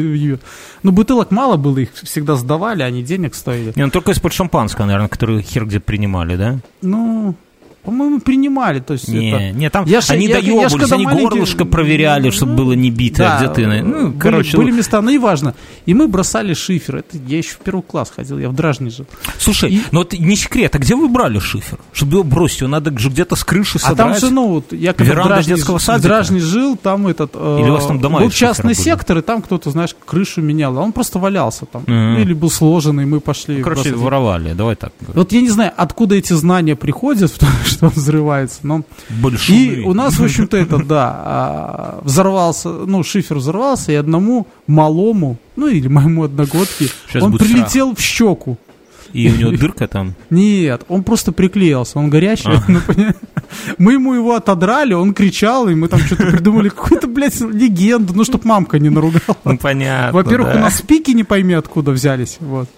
Ну, бутылок мало было, их всегда сдавали, они денег стоили. Не, ну только из-под шампанского, наверное, который хер где принимали, да? Ну, по-моему, принимали. То есть Не, это... не, там Я ж- они я- я ж доебывались, когда они маленький- горлышко проверяли, чтобы было не битое, Да, где ты... Ну, были, короче, были места, ну и важно. И мы бросали шифер. Это я еще в первый класс ходил, я в Дражне жил. слушай, И- ну вот не секрет, а где вы брали шифер? Чтобы его бросить, его надо же где-то с крыши А там содрать. же, ну, вот, я когда в Веранда Дражне, детского в садика? Дражне жил, там этот... э, Или у вас там дома был из шифера частный были? сектор, и там кто-то, знаешь, крышу менял. А он просто валялся там. Мгм. Или был сложенный, мы пошли... Ну, короче, бросать. воровали, давай так. Вот я не знаю, откуда эти знания приходят, что он взрывается, но... Большие. И у нас, в общем-то, это, да, а, взорвался, ну, шифер взорвался, и одному малому, ну, или моему одногодке, Сейчас он будет прилетел в щеку. И у него дырка там. Нет, он просто приклеился, он горячий. А. ну, понимаешь? Мы ему его отодрали, он кричал, и мы там что-то придумали, какую-то, блядь, легенду, ну, чтоб мамка не наругала. Ну, понятно, Во-первых, да. у нас спики не пойми откуда взялись, вот.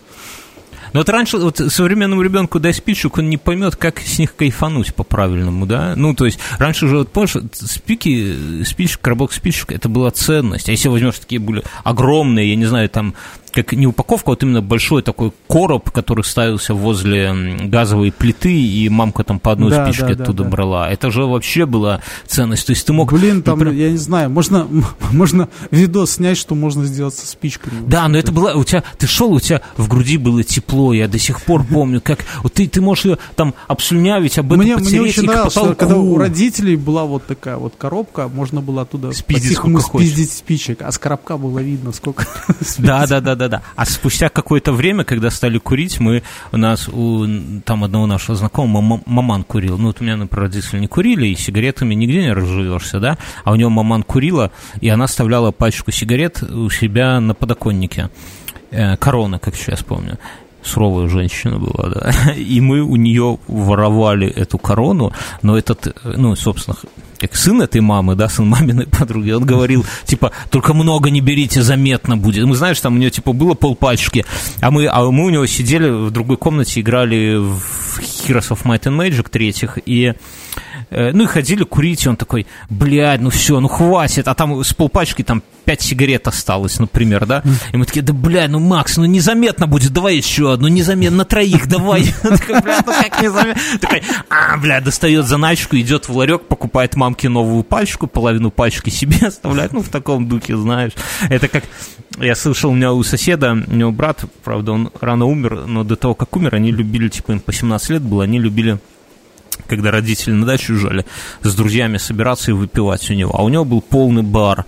Но вот раньше вот современному ребенку дай спичек, он не поймет, как с них кайфануть по-правильному, да? Ну, то есть, раньше же, вот, помнишь, спики, спичек, коробок спичек, это была ценность. А если возьмешь такие были огромные, я не знаю, там, как не упаковка, а вот именно большой такой короб, который ставился возле газовой плиты, и мамка там по одной Да, спичке да, да, оттуда да. брала. Это же вообще была ценность. То есть, ты мог... Блин, там, например, я не знаю, можно, можно видос снять, что можно сделать со спичками. Да, но это было, у тебя, ты шел, у тебя в груди было тепло, я до сих пор помню, как, вот ты, ты можешь ее там обслюнявить, об этом Мне, мне потереть очень и к нравилось, что потолку. когда у родителей была вот такая вот коробка, можно было оттуда Спиздить по-тихому сколько хочешь. спиздить спичек, а с коробка было видно, сколько Да, да, да, да, да. А спустя какое-то время, когда стали курить, мы, у нас, у там одного нашего знакомого, мам- маман курил, ну, вот у меня, например, родители не курили, и сигаретами нигде не разживешься, да, а у него маман курила, и она оставляла пачку сигарет у себя на подоконнике. Э, Корона, как сейчас помню. Суровая женщина была, да. И мы у нее воровали эту корону, но этот, ну, собственно, как сын этой мамы, да, сын маминой подруги, он говорил, типа, только много не берите, заметно будет. Мы, знаешь, там у нее, типа, было полпачки, а мы, а мы у него сидели в другой комнате, играли в Heroes of Might and Magic третьих, и ну и ходили курить, и он такой, блядь, ну все, ну хватит, а там с полпачки там пять сигарет осталось, например, да, и мы такие, да, блядь, ну, Макс, ну незаметно будет, давай еще одну, незаметно, на троих, давай, такой, блядь, ну как незаметно, такой, а, блядь, достает заначку, идет в ларек, покупает мамке новую пачку, половину пачки себе оставляет, ну в таком духе, знаешь, это как, я слышал, у меня у соседа, у него брат, правда, он рано умер, но до того, как умер, они любили, типа, им по семнадцать лет было, они любили, когда родители на дачу уезжали, с друзьями собираться и выпивать у него. А у него был полный бар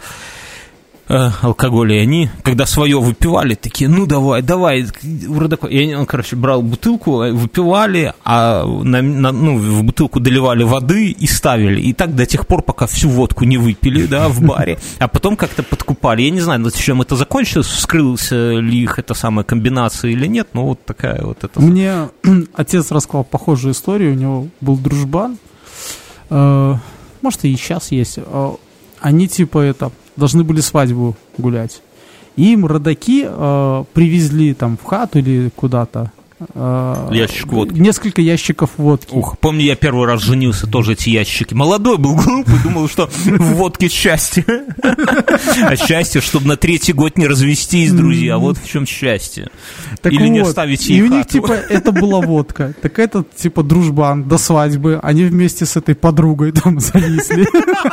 э, алкоголя. И они, когда свое выпивали, такие, ну давай, давай. И они, он, короче, брал бутылку, выпивали, а на, на, ну, в бутылку доливали воды и ставили. И так до тех пор, пока всю водку не выпили, да, в баре. А потом как-то подкупали. Я не знаю, чем это закончилось, вскрылся ли их эта самая комбинация или нет, но вот такая вот это. Мне отец рассказал похожую историю. У него был дружбан. Э, может, и сейчас есть. Э, они, типа, это, должны были свадьбу гулять. И им родаки э, привезли там в хату или куда-то. Э, Ящик водки. Несколько ящиков водки. Ух, помню, я первый раз женился, тоже эти ящики. Молодой был, глупый, думал, что в водке счастье. А счастье, чтобы на третий год не развестись, друзья. Вот в чем счастье. Так Или вот, не оставить ей и у них, хату. типа, это была водка. Так этот, типа, дружбан до свадьбы, они вместе с этой подругой там зависли.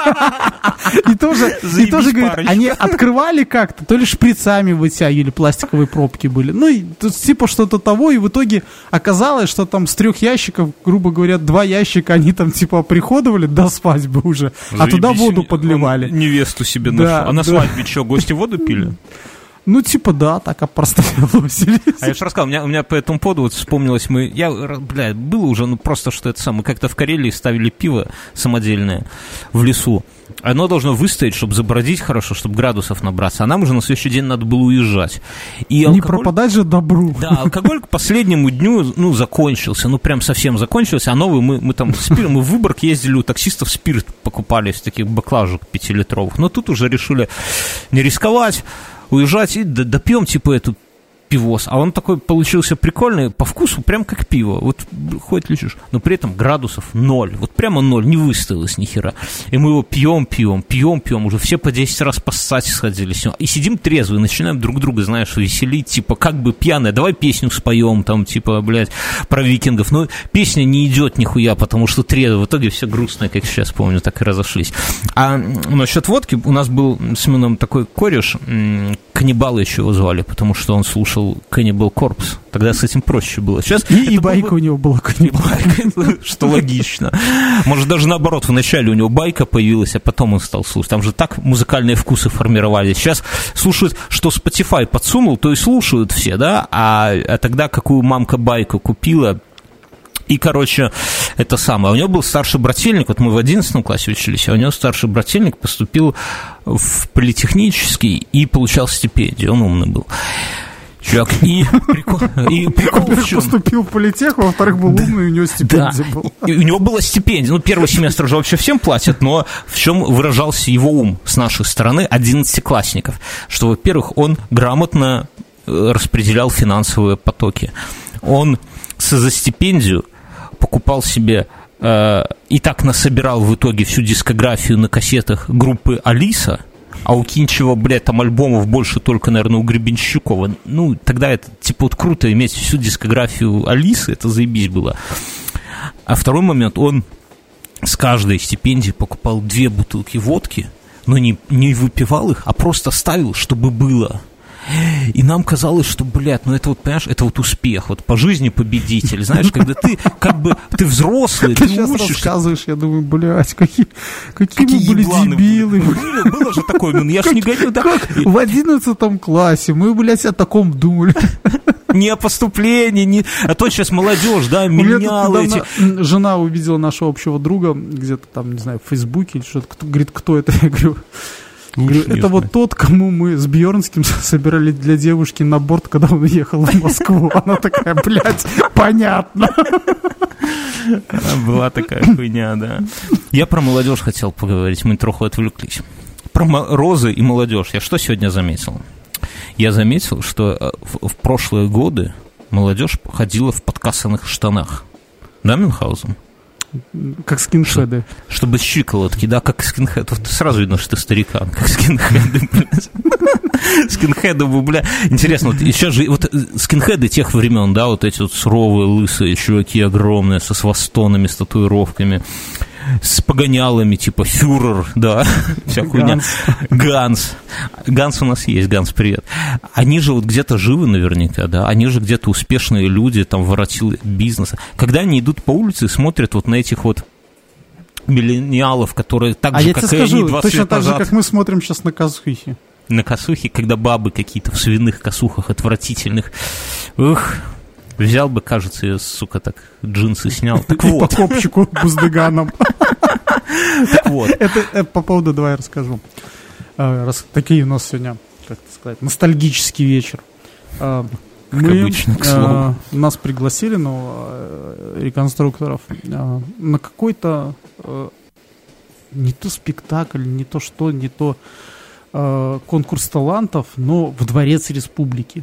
И тоже, и тоже, говорит, они открывали как-то, то ли шприцами вытягивали, пластиковые пробки были. Ну, и, типа, что-то того, и в итоге оказалось, что там с трех ящиков, грубо говоря, два ящика они там, типа, приходовали до свадьбы уже, а туда воду подливали. Он невесту себе Да, нашел. А на да. свадьбе что, гости воду пили? Ну, типа, да, так опростовелосились. А я же рассказал, у меня, у меня по этому поводу вот вспомнилось, мы, я, бля, было уже, ну, просто что это самое, как-то в Карелии ставили пиво самодельное в лесу. Оно должно выстоять, чтобы забродить хорошо, чтобы градусов набраться, а нам уже на следующий день надо было уезжать. И алкоголь... Не пропадать же добру. Да, алкоголь к последнему дню, ну, закончился, ну, прям совсем закончился, а новый мы, мы там, спирт, мы в Выборг ездили, у таксистов спирт покупали из таких баклажек пятилитровых, но тут уже решили не рисковать, уезжать и допьем, типа, эту пивос. А он такой получился прикольный, по вкусу прям как пиво. Вот ходит, лечишь, но при этом градусов ноль. Вот прямо ноль, не выставилось ни хера. И мы его пьем, пьем, пьем, пьем. Уже все по десять раз поссать сходились. И сидим трезвые, начинаем друг друга, знаешь, веселить. Типа, как бы пьяная, давай песню споем, там, типа, блядь, про викингов. Но песня не идет нихуя, потому что трезвые. В итоге все грустные, как сейчас помню, так и разошлись. А насчет водки у нас был с Мином такой кореш, каннибала еще его звали, потому что он слушал Cannibal Corpse. Тогда с этим проще было. Сейчас и, и байка было... у него была Cannibal, что логично. Может, даже наоборот, вначале у него байка появилась, а потом он стал слушать. Там же так музыкальные вкусы формировались. Сейчас слушают, что Spotify подсунул, то и слушают все, да? А, а тогда какую мамка байку купила, и, короче, это самое. У него был старший брательник, вот мы в одиннадцатом классе учились, а у него старший брательник поступил в политехнический и получал стипендию. Он умный был. Чувак, и прикол, и прикол в чем? Поступил в политех, во-вторых, был умный, у него стипендия да. была. И у него была стипендия. Ну, первый семестр уже вообще всем платят, но в чем выражался его ум с нашей стороны, одиннадцатиклассников? Что, во-первых, он грамотно распределял финансовые потоки. Он за стипендию покупал себе э, и так насобирал в итоге всю дискографию на кассетах группы «Алиса», а у Кинчева, блядь, там альбомов больше только, наверное, у Гребенщикова. Ну, тогда это, типа, вот круто иметь всю дискографию Алисы, это заебись было. А второй момент, он с каждой стипендии покупал две бутылки водки, но не, не выпивал их, а просто ставил, чтобы было. И нам казалось, что, блядь, ну это вот, понимаешь, это вот успех, вот по жизни победитель, знаешь, когда ты как бы, ты взрослый, ты, ты сейчас учишься. Рассказываешь, я думаю, блядь, какие, какие, какие мы были дебилы. Было, было же такое, ну я ж не говорю, да. В одиннадцатом классе мы, блядь, о таком думали. Не о поступлении, не... а то сейчас молодежь, да, меняла эти... Жена увидела нашего общего друга где-то там, не знаю, в Фейсбуке или что-то, говорит, кто это? Я говорю... Говорю, это вот тот, кому мы с Бьернским собирали для девушки на борт, когда он ехал в Москву. Она такая, блядь, понятно. Была такая хуйня, да. Я про молодежь хотел поговорить, мы троху отвлеклись. Про розы и молодежь. Я что сегодня заметил? Я заметил, что в прошлые годы молодежь ходила в подкасанных штанах. Да, Мюнхгаузен? Как скинхеды. Чтобы щиколотки, да, как скинхеды. Вот сразу видно, что ты старикан, как скинхеды, блядь. Скинхеды, бля. Интересно, вот еще же, вот скинхеды тех времен, да, вот эти вот суровые, лысые чуваки огромные, со свастонами, с татуировками, с погонялами, типа фюрер, да, вся хуйня. Ганс. Ганс у нас есть, Ганс, привет. Они же вот где-то живы наверняка, да, они же где-то успешные люди, там, воротилы бизнеса. Когда они идут по улице и смотрят вот на этих вот миллениалов, которые так а же, я как тебе и скажу, они двадцать точно лет так назад. же, как мы смотрим сейчас на косухи. На косухи, когда бабы какие-то в свиных косухах отвратительных. Ух, взял бы, кажется, я, сука, так джинсы снял. Так и вот. по копчику буздыганом. Так вот. Это по поводу, давай я расскажу. Раз такие у нас сегодня, как сказать, ностальгический вечер. Как обычно, к слову. Нас пригласили, ну, реконструкторов, на какой-то не то спектакль, не то что, не то конкурс талантов, но в Дворец Республики.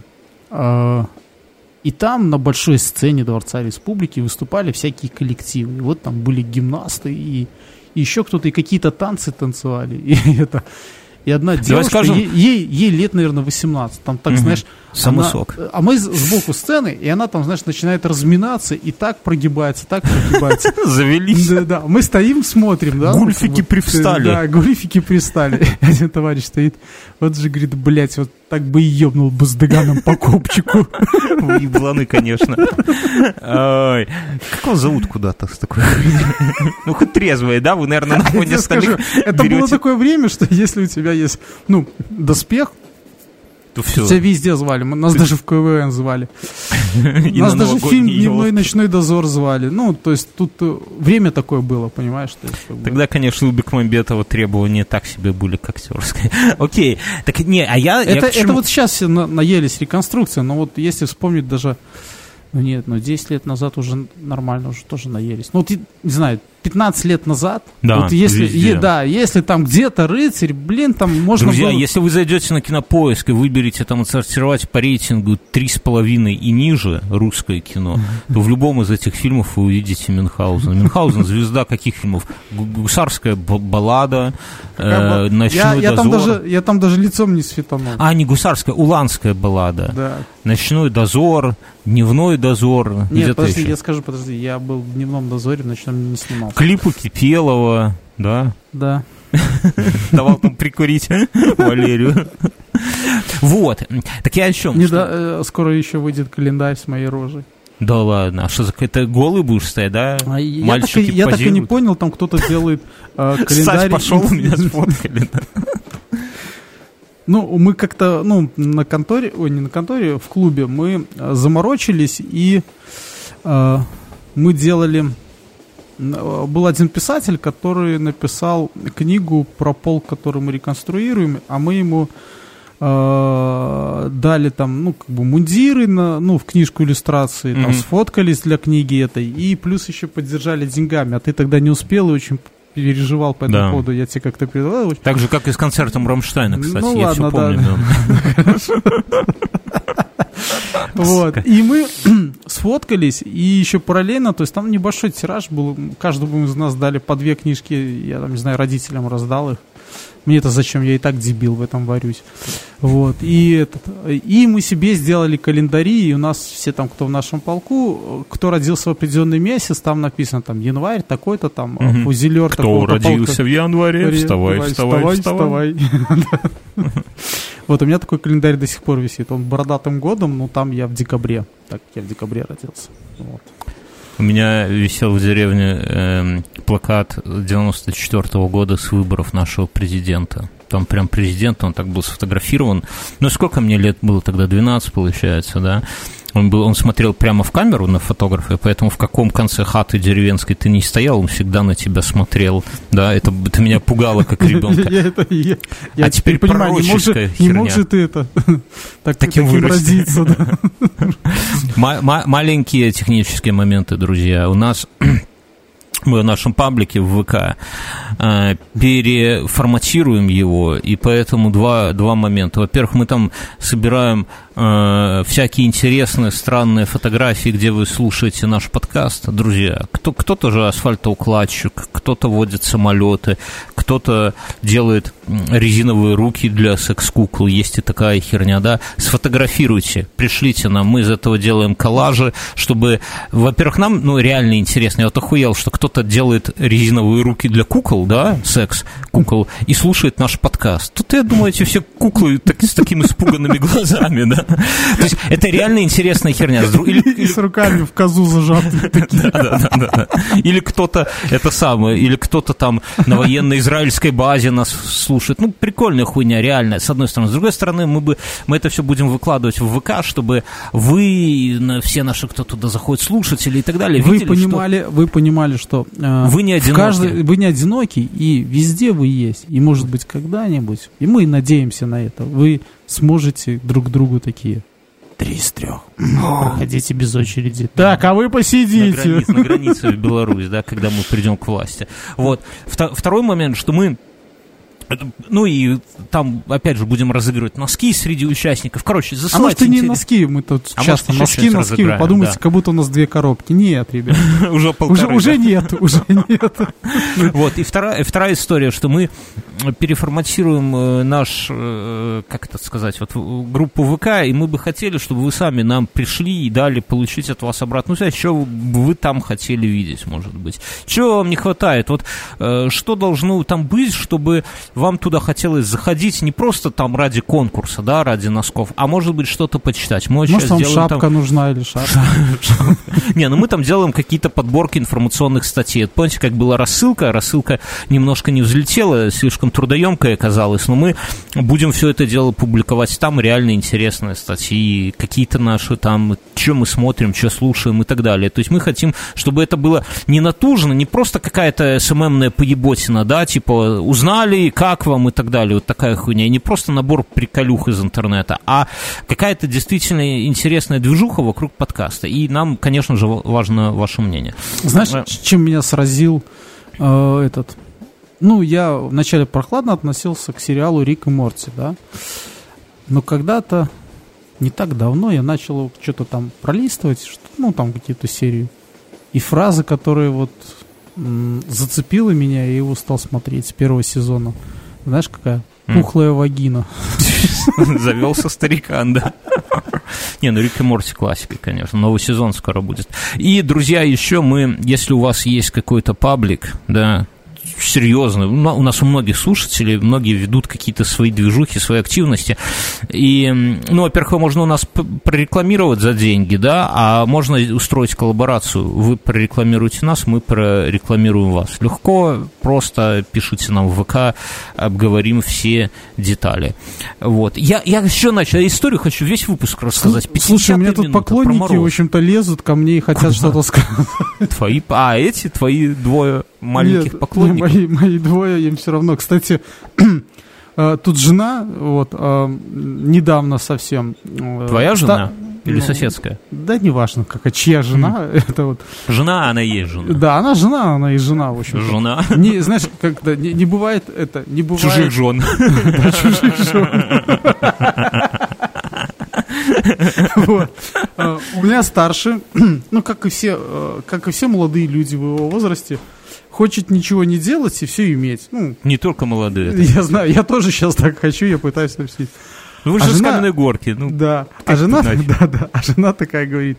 И там на большой сцене Дворца Республики выступали всякие коллективы. И вот там были гимнасты и, и еще кто-то, и какие-то танцы танцевали. И, это, и одна девушка, скажем... ей, ей, ей лет, наверное, восемнадцать. Там так, угу. знаешь... Самосок. Она, а мы сбоку сцены, и она там, знаешь, начинает разминаться, и так прогибается, так прогибается. Завелись. Да, да. Мы стоим, смотрим, да. Гульфики привстали. Да, гульфики привстали. Один товарищ стоит, вот же, говорит, блядь, вот так бы и ебнул буздыганом по копчику. Вы ебланы, конечно. Ой. Как вас зовут куда-то с такой? Ну, хоть трезвые, да? Вы, наверное, на фоне остальных Это было такое время, что если у тебя есть, ну, доспех, то все. Тебя везде звали, нас Ты... даже в КВН звали. Нас даже фильм «Дневной ночной дозор» звали. Ну, то есть тут время такое было, понимаешь? Тогда, конечно, у Бекмамбетова требования так себе были к актерской. Окей. Так не, а я... Это вот сейчас все наелись реконструкция, но вот если вспомнить даже... Ну нет, ну десять лет назад уже нормально, уже тоже наелись. Ну, вот, не знаю, пятнадцать лет назад, да, вот если, е, да, если там где-то рыцарь, блин, там можно Друзья, было... если вы зайдете на Кинопоиск и выберете там отсортировать по рейтингу три с половиной и ниже русское кино, то в любом из этих фильмов вы увидите Мюнхгаузена. Мюнхгаузен — звезда каких фильмов? «Гусарская баллада», э, «Ночной я, я дозор». Там даже, я там даже лицом не светанул. А, не «Гусарская», «Уланская баллада». Да. «Ночной дозор», «Дневной дозор». Нет, подожди, еще. я скажу, подожди, я был в «Дневном дозоре», в «Ночном» не снимал. Клипы Кипелова, да? Да. Давал там прикурить Валерию. Вот. Так я о чем? Не да, скоро еще выйдет календарь с моей рожей. Да ладно, а что за какой-то голый будешь стоять, да? А я, так и, я так и не понял, там кто-то делает э, календарь. Сась пошел, у меня сфоткали. Ну, мы как-то, ну, на конторе, ой, не на конторе, в клубе мы заморочились, и э, мы делали... Был один писатель, который написал книгу про полк, который мы реконструируем, а мы ему э, дали там, ну, как бы мундиры, на, ну, в книжку иллюстрации, там, mm-hmm. сфоткались для книги этой, и плюс еще поддержали деньгами, а ты тогда не успел и очень переживал по этому да. поводу, я тебе как-то передал. Так же, как и с концертом Рамштайна, кстати, ну, я ладно, все помню. Вот, и мы сфоткались, и еще параллельно, то есть там небольшой тираж был, каждому из нас дали по две книжки, я там, не знаю, родителям раздал их. Мне это зачем, я и так дебил в этом варюсь. Вот, и, этот, и мы себе сделали календари, и у нас все там, кто в нашем полку, кто родился в определенный месяц, там написано, там, январь такой-то, там, угу. фузелер кто такого-то. Кто родился полка. В январе, вставай, вставай, вставай, вставай. Вот, у меня такой календарь до сих пор висит, он бородатым годом, но там я в декабре, так я в декабре родился, вот. У меня висел в деревне э, плакат девяносто четвёртого года с выборов нашего президента. Там прям президент, он так был сфотографирован. Ну, сколько мне лет было тогда? двенадцать, получается, да? Он, был, он смотрел прямо в камеру на фотографа, поэтому в каком конце хаты деревенской ты не стоял, он всегда на тебя смотрел. Да, это, это меня пугало, как ребенка. А теперь пророческая херня. Не мог же ты это таким родиться. Маленькие технические моменты, друзья. У нас... Мы в нашем паблике в ВК э, переформатируем его, и поэтому два, два момента. Во-первых, мы там собираем э, всякие интересные, странные фотографии, где вы слушаете наш подкаст. Друзья, кто, кто-то же асфальтоукладчик, кто-то водит самолеты, кто-то делает резиновые руки для секс-кукол, есть и такая херня, да? Сфотографируйте, пришлите нам, мы из этого делаем коллажи, чтобы, во-первых, нам, ну, реально интересно. Я вот охуел, что кто-то делает резиновые руки для кукол, да, секс-кукол, и слушает наш подкаст. Тут, я думаю, эти все куклы так, с такими испуганными глазами, да? То есть это реально интересная херня. Или, или... И с руками в козу зажаты. Да, да, да, да. Или кто-то, это самое, или кто-то там на военно-израильской базе нас слушает. Ну, прикольная хуйня, реально, с одной стороны. С другой стороны, мы бы, мы это все будем выкладывать в ВК, чтобы вы, все наши, кто туда заходит, слушатели и так далее, вы видели, понимали, что... Вы понимали, что э, вы не одиноки. Каждой, вы не одиноки, и везде вы есть. И, может быть, когда-нибудь, и мы надеемся на это, вы сможете друг другу такие... Три из трех. Проходите без очереди. Так, а вы посидите. На границе, на границе в Беларусь, да, когда мы придем к власти. Вот. Второй момент, что мы... Ну и там, опять же, будем разыгрывать носки среди участников. Короче, засылайте... А может, и не носки, мы тут а часто носки, носки, вы подумайте, да. Как будто у нас две коробки. Нет, ребят. Уже полторы. Уже нет, уже нет. Вот, и вторая история, что мы переформатируем наш, как это сказать, вот группу ВК, и мы бы хотели, чтобы вы сами нам пришли и дали получить от вас обратную связь, что вы там хотели видеть, может быть. Чего вам не хватает? Вот что должно там быть, чтобы вам туда хотелось заходить не просто там ради конкурса, да, ради носков, а может быть что-то почитать. Мы Может, вам шапка там... нужна или шапка? Не, ну мы там делаем какие-то подборки информационных статей. Помните, как была рассылка? Рассылка немножко не взлетела, слишком трудоемкая оказалась, но мы будем все это дело публиковать там, реально интересные статьи, какие-то наши там, что мы смотрим, что слушаем и так далее. То есть мы хотим, чтобы это было не натужно, не просто какая-то эс эм эм-ная поеботина, да, типа узнали, как вам и так далее, вот такая хуйня, и не просто набор приколюх из интернета, а какая-то действительно интересная движуха вокруг подкаста. И нам, конечно же, важно ваше мнение. Знаешь, чем меня сразил э, этот... Ну, я вначале прохладно относился к сериалу «Рик и Морти», да, но когда-то, не так давно, я начал что-то там пролистывать, что, ну, там какие-то серии, и фраза, которая вот м- зацепила меня, я его стал смотреть с первого сезона. Знаешь, какая? Пухлая вагина. Завелся старикан, да. Не, ну Рик и Морти классика, конечно. Новый сезон скоро будет. И, друзья, еще мы, если у вас есть какой-то паблик, да, серьезно, у нас у многих слушателей, многие ведут какие-то свои движухи, свои активности, и, ну, во-первых, можно у нас прорекламировать за деньги, да, а можно устроить коллаборацию, вы прорекламируете нас, мы прорекламируем вас. Легко, просто пишите нам в ВК, обговорим все детали. Вот. Я, я еще начал, я историю хочу весь выпуск рассказать. Слушай, у меня тут поклонники, в общем-то, лезут ко мне и хотят Куда? что-то сказать. Твои, а эти, твои двое маленьких Нет, поклонников? Мои, мои двое, им все равно. Кстати, тут жена, вот, недавно совсем... Твоя жена? Или ну, соседская? Да, неважно, какая, чья жена. Mm. Это вот... Жена, она и есть жена. Да, она жена, она и жена, в общем. Жена. Не, знаешь, когда не, не бывает это, не бывает... Чужих жен. Да, чужих жен. Вот. У меня старший, ну, как и все, как и все молодые люди в его возрасте, хочет ничего не делать и все иметь. Ну, не только молодые. Я знаю, я тоже сейчас так хочу, я пытаюсь все. Вы же а с жена, каменной горки. Ну, да, а жена, да, да, а жена такая говорит: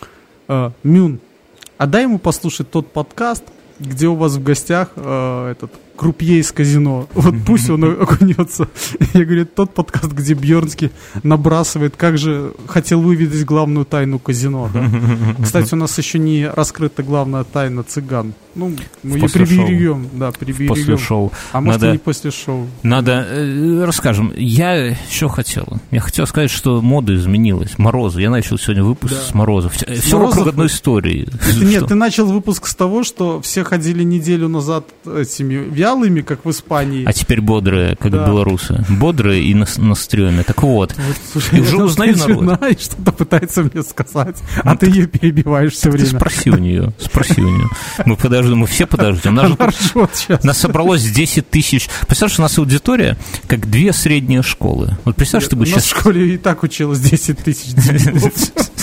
Мюн, а дай ему послушать тот подкаст, где у вас в гостях э, этот крупье из казино. Вот пусть он окунется. Я говорю, тот подкаст, где Бьернский набрасывает, как же хотел выведать главную тайну казино. Да? Кстати, у нас еще не раскрыта главная тайна цыган. Ну, мы ее приберегем. Да, приберегем. После шоу. А может, и не после шоу. Надо, э, расскажем. Я что хотел? Я хотел сказать, что мода изменилась. Морозы. Я начал сегодня выпуск да. с Морозов. Все, все вокруг одной истории. Нет, ты начал выпуск с того, что все ходили неделю назад этими вялыми, как в Испании. А теперь бодрые, как да. белорусы. Бодрые и на, на стреме. Так вот. вот слушай, и уже узнаю народ. И что-то пытается мне сказать, а ну, ты ее перебиваешь все время. Ты спроси у нее. Спроси у нее. Мы подождем. Мы все подождем. Нас, тут, нас собралось десять тысяч. Представляешь, у нас аудитория как две средние школы. Вот представь, что бы сейчас... в школе и так училось десять тысяч дебилов.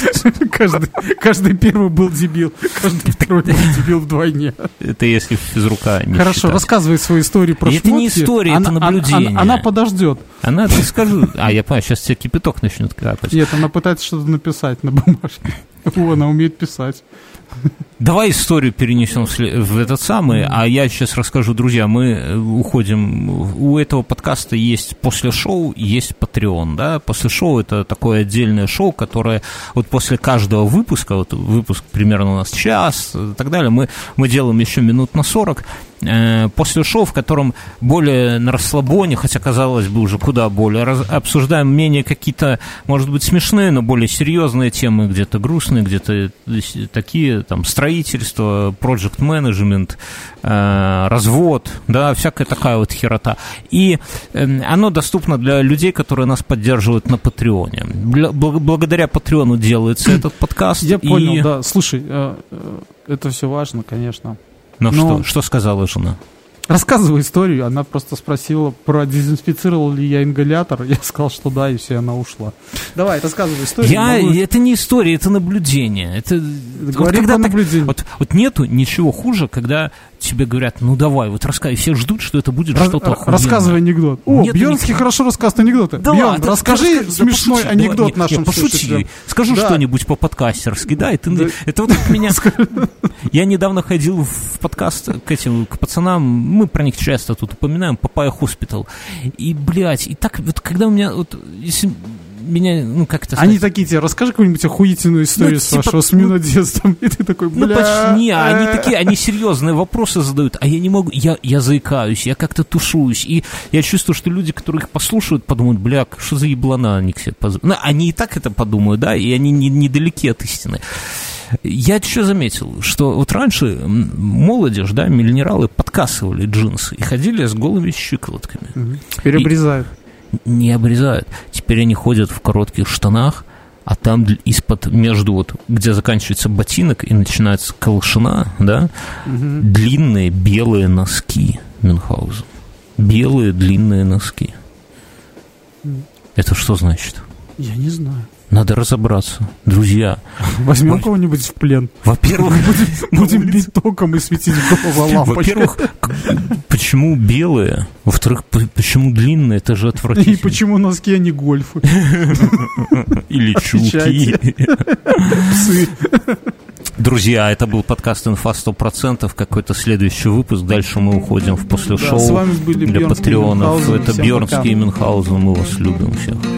Каждый, каждый первый был дебил. Каждый второй был дебил вдвойне. Это если физрука не Хорошо, считать. Рассказывай свою историю про шмотки. Это не история, она, это наблюдение. Она, она, она подождет. Она, ты скажу... А, я понимаю, сейчас тебе кипяток начнет капать. Нет, она пытается что-то написать на бумажке. О, она умеет писать. Давай историю перенесем в этот самый, а я сейчас расскажу, друзья, мы уходим, у этого подкаста есть после шоу, есть Patreon, да, после шоу это такое отдельное шоу, которое вот после каждого выпуска, вот выпуск примерно у нас час и так далее, мы, мы делаем еще минут на сорок, э, после шоу, в котором более на расслабоне, хотя, казалось бы, уже куда более, раз, обсуждаем менее какие-то, может быть, смешные, но более серьезные темы, где-то грустные, где-то такие, там, строительство, project management, э, развод, да, всякая такая вот херота. И э, оно доступно для людей, которые нас поддерживают на Патреоне. Бл- благодаря Патреону делается этот подкаст. Я и... понял, да. Слушай, э, э, это все важно, конечно. Но, Но... Что, что сказала жена? Рассказывай историю. Она просто спросила, продезинфицировал ли я ингалятор. Я сказал, что да, и все, она ушла. Давай, рассказывай историю. Я... Могу... Это не история, это наблюдение. Это... Говори вот, про так... наблюдение. Вот, вот нету ничего хуже, когда тебе говорят, ну давай, вот рассказывай, все ждут, что это будет Раз, что-то охуенное. Рассказывай анекдот. О, Нет, Бьернский не... хорошо рассказывает анекдоты. Да, Бьерн, да, расскажи да, смешной да, анекдот давай, нашим не, пошути, слушателям. Скажу да. что-нибудь по-подкастерски, да, и ты... Да. Это вот как меня... Я недавно ходил в подкаст к этим, к пацанам, мы про них часто тут упоминаем, Папайя Хоспитал. И, блядь, и так вот, когда у меня, вот, если меня, ну, как это сказать? Они такие тебе, расскажи какую-нибудь охуительную историю ну, с типа, вашего СМИ детства, и ты такой, бля... Ну, почти, не, они такие, они серьезные вопросы задают, а я не могу, я, я заикаюсь, я как-то тушуюсь, и я чувствую, что люди, которые их послушают, подумают, бля, что за еблана они к себе позволят. Ну, они и так это подумают, да, и они не, недалеки от истины. Я что заметил, что вот раньше молодежь, да, миллениалы подкасывали джинсы и ходили с голыми щиколотками. Теперь и обрезают. Не обрезают. Теперь они ходят в коротких штанах, а там из-под, между вот, где заканчивается ботинок и начинается колышина, да, угу. длинные белые носки Мюнхгаузен. Белые длинные носки. Это что значит? Я не знаю. Надо разобраться, друзья. Возьмем Во... кого-нибудь в плен. Во-первых, будем бить током и светить голову лампочкой. Во-первых, почему белые? Во-вторых, почему длинные? Это же отвратительно. И почему носки, а не гольфы? Или чулки. Псы. Друзья, это был подкаст «Инфа сто процентов», какой-то следующий выпуск. Дальше мы уходим в после шоу да, с вами были для патреонов. Это Бьернский и Мюнхгаузен. Мы вас любим всех.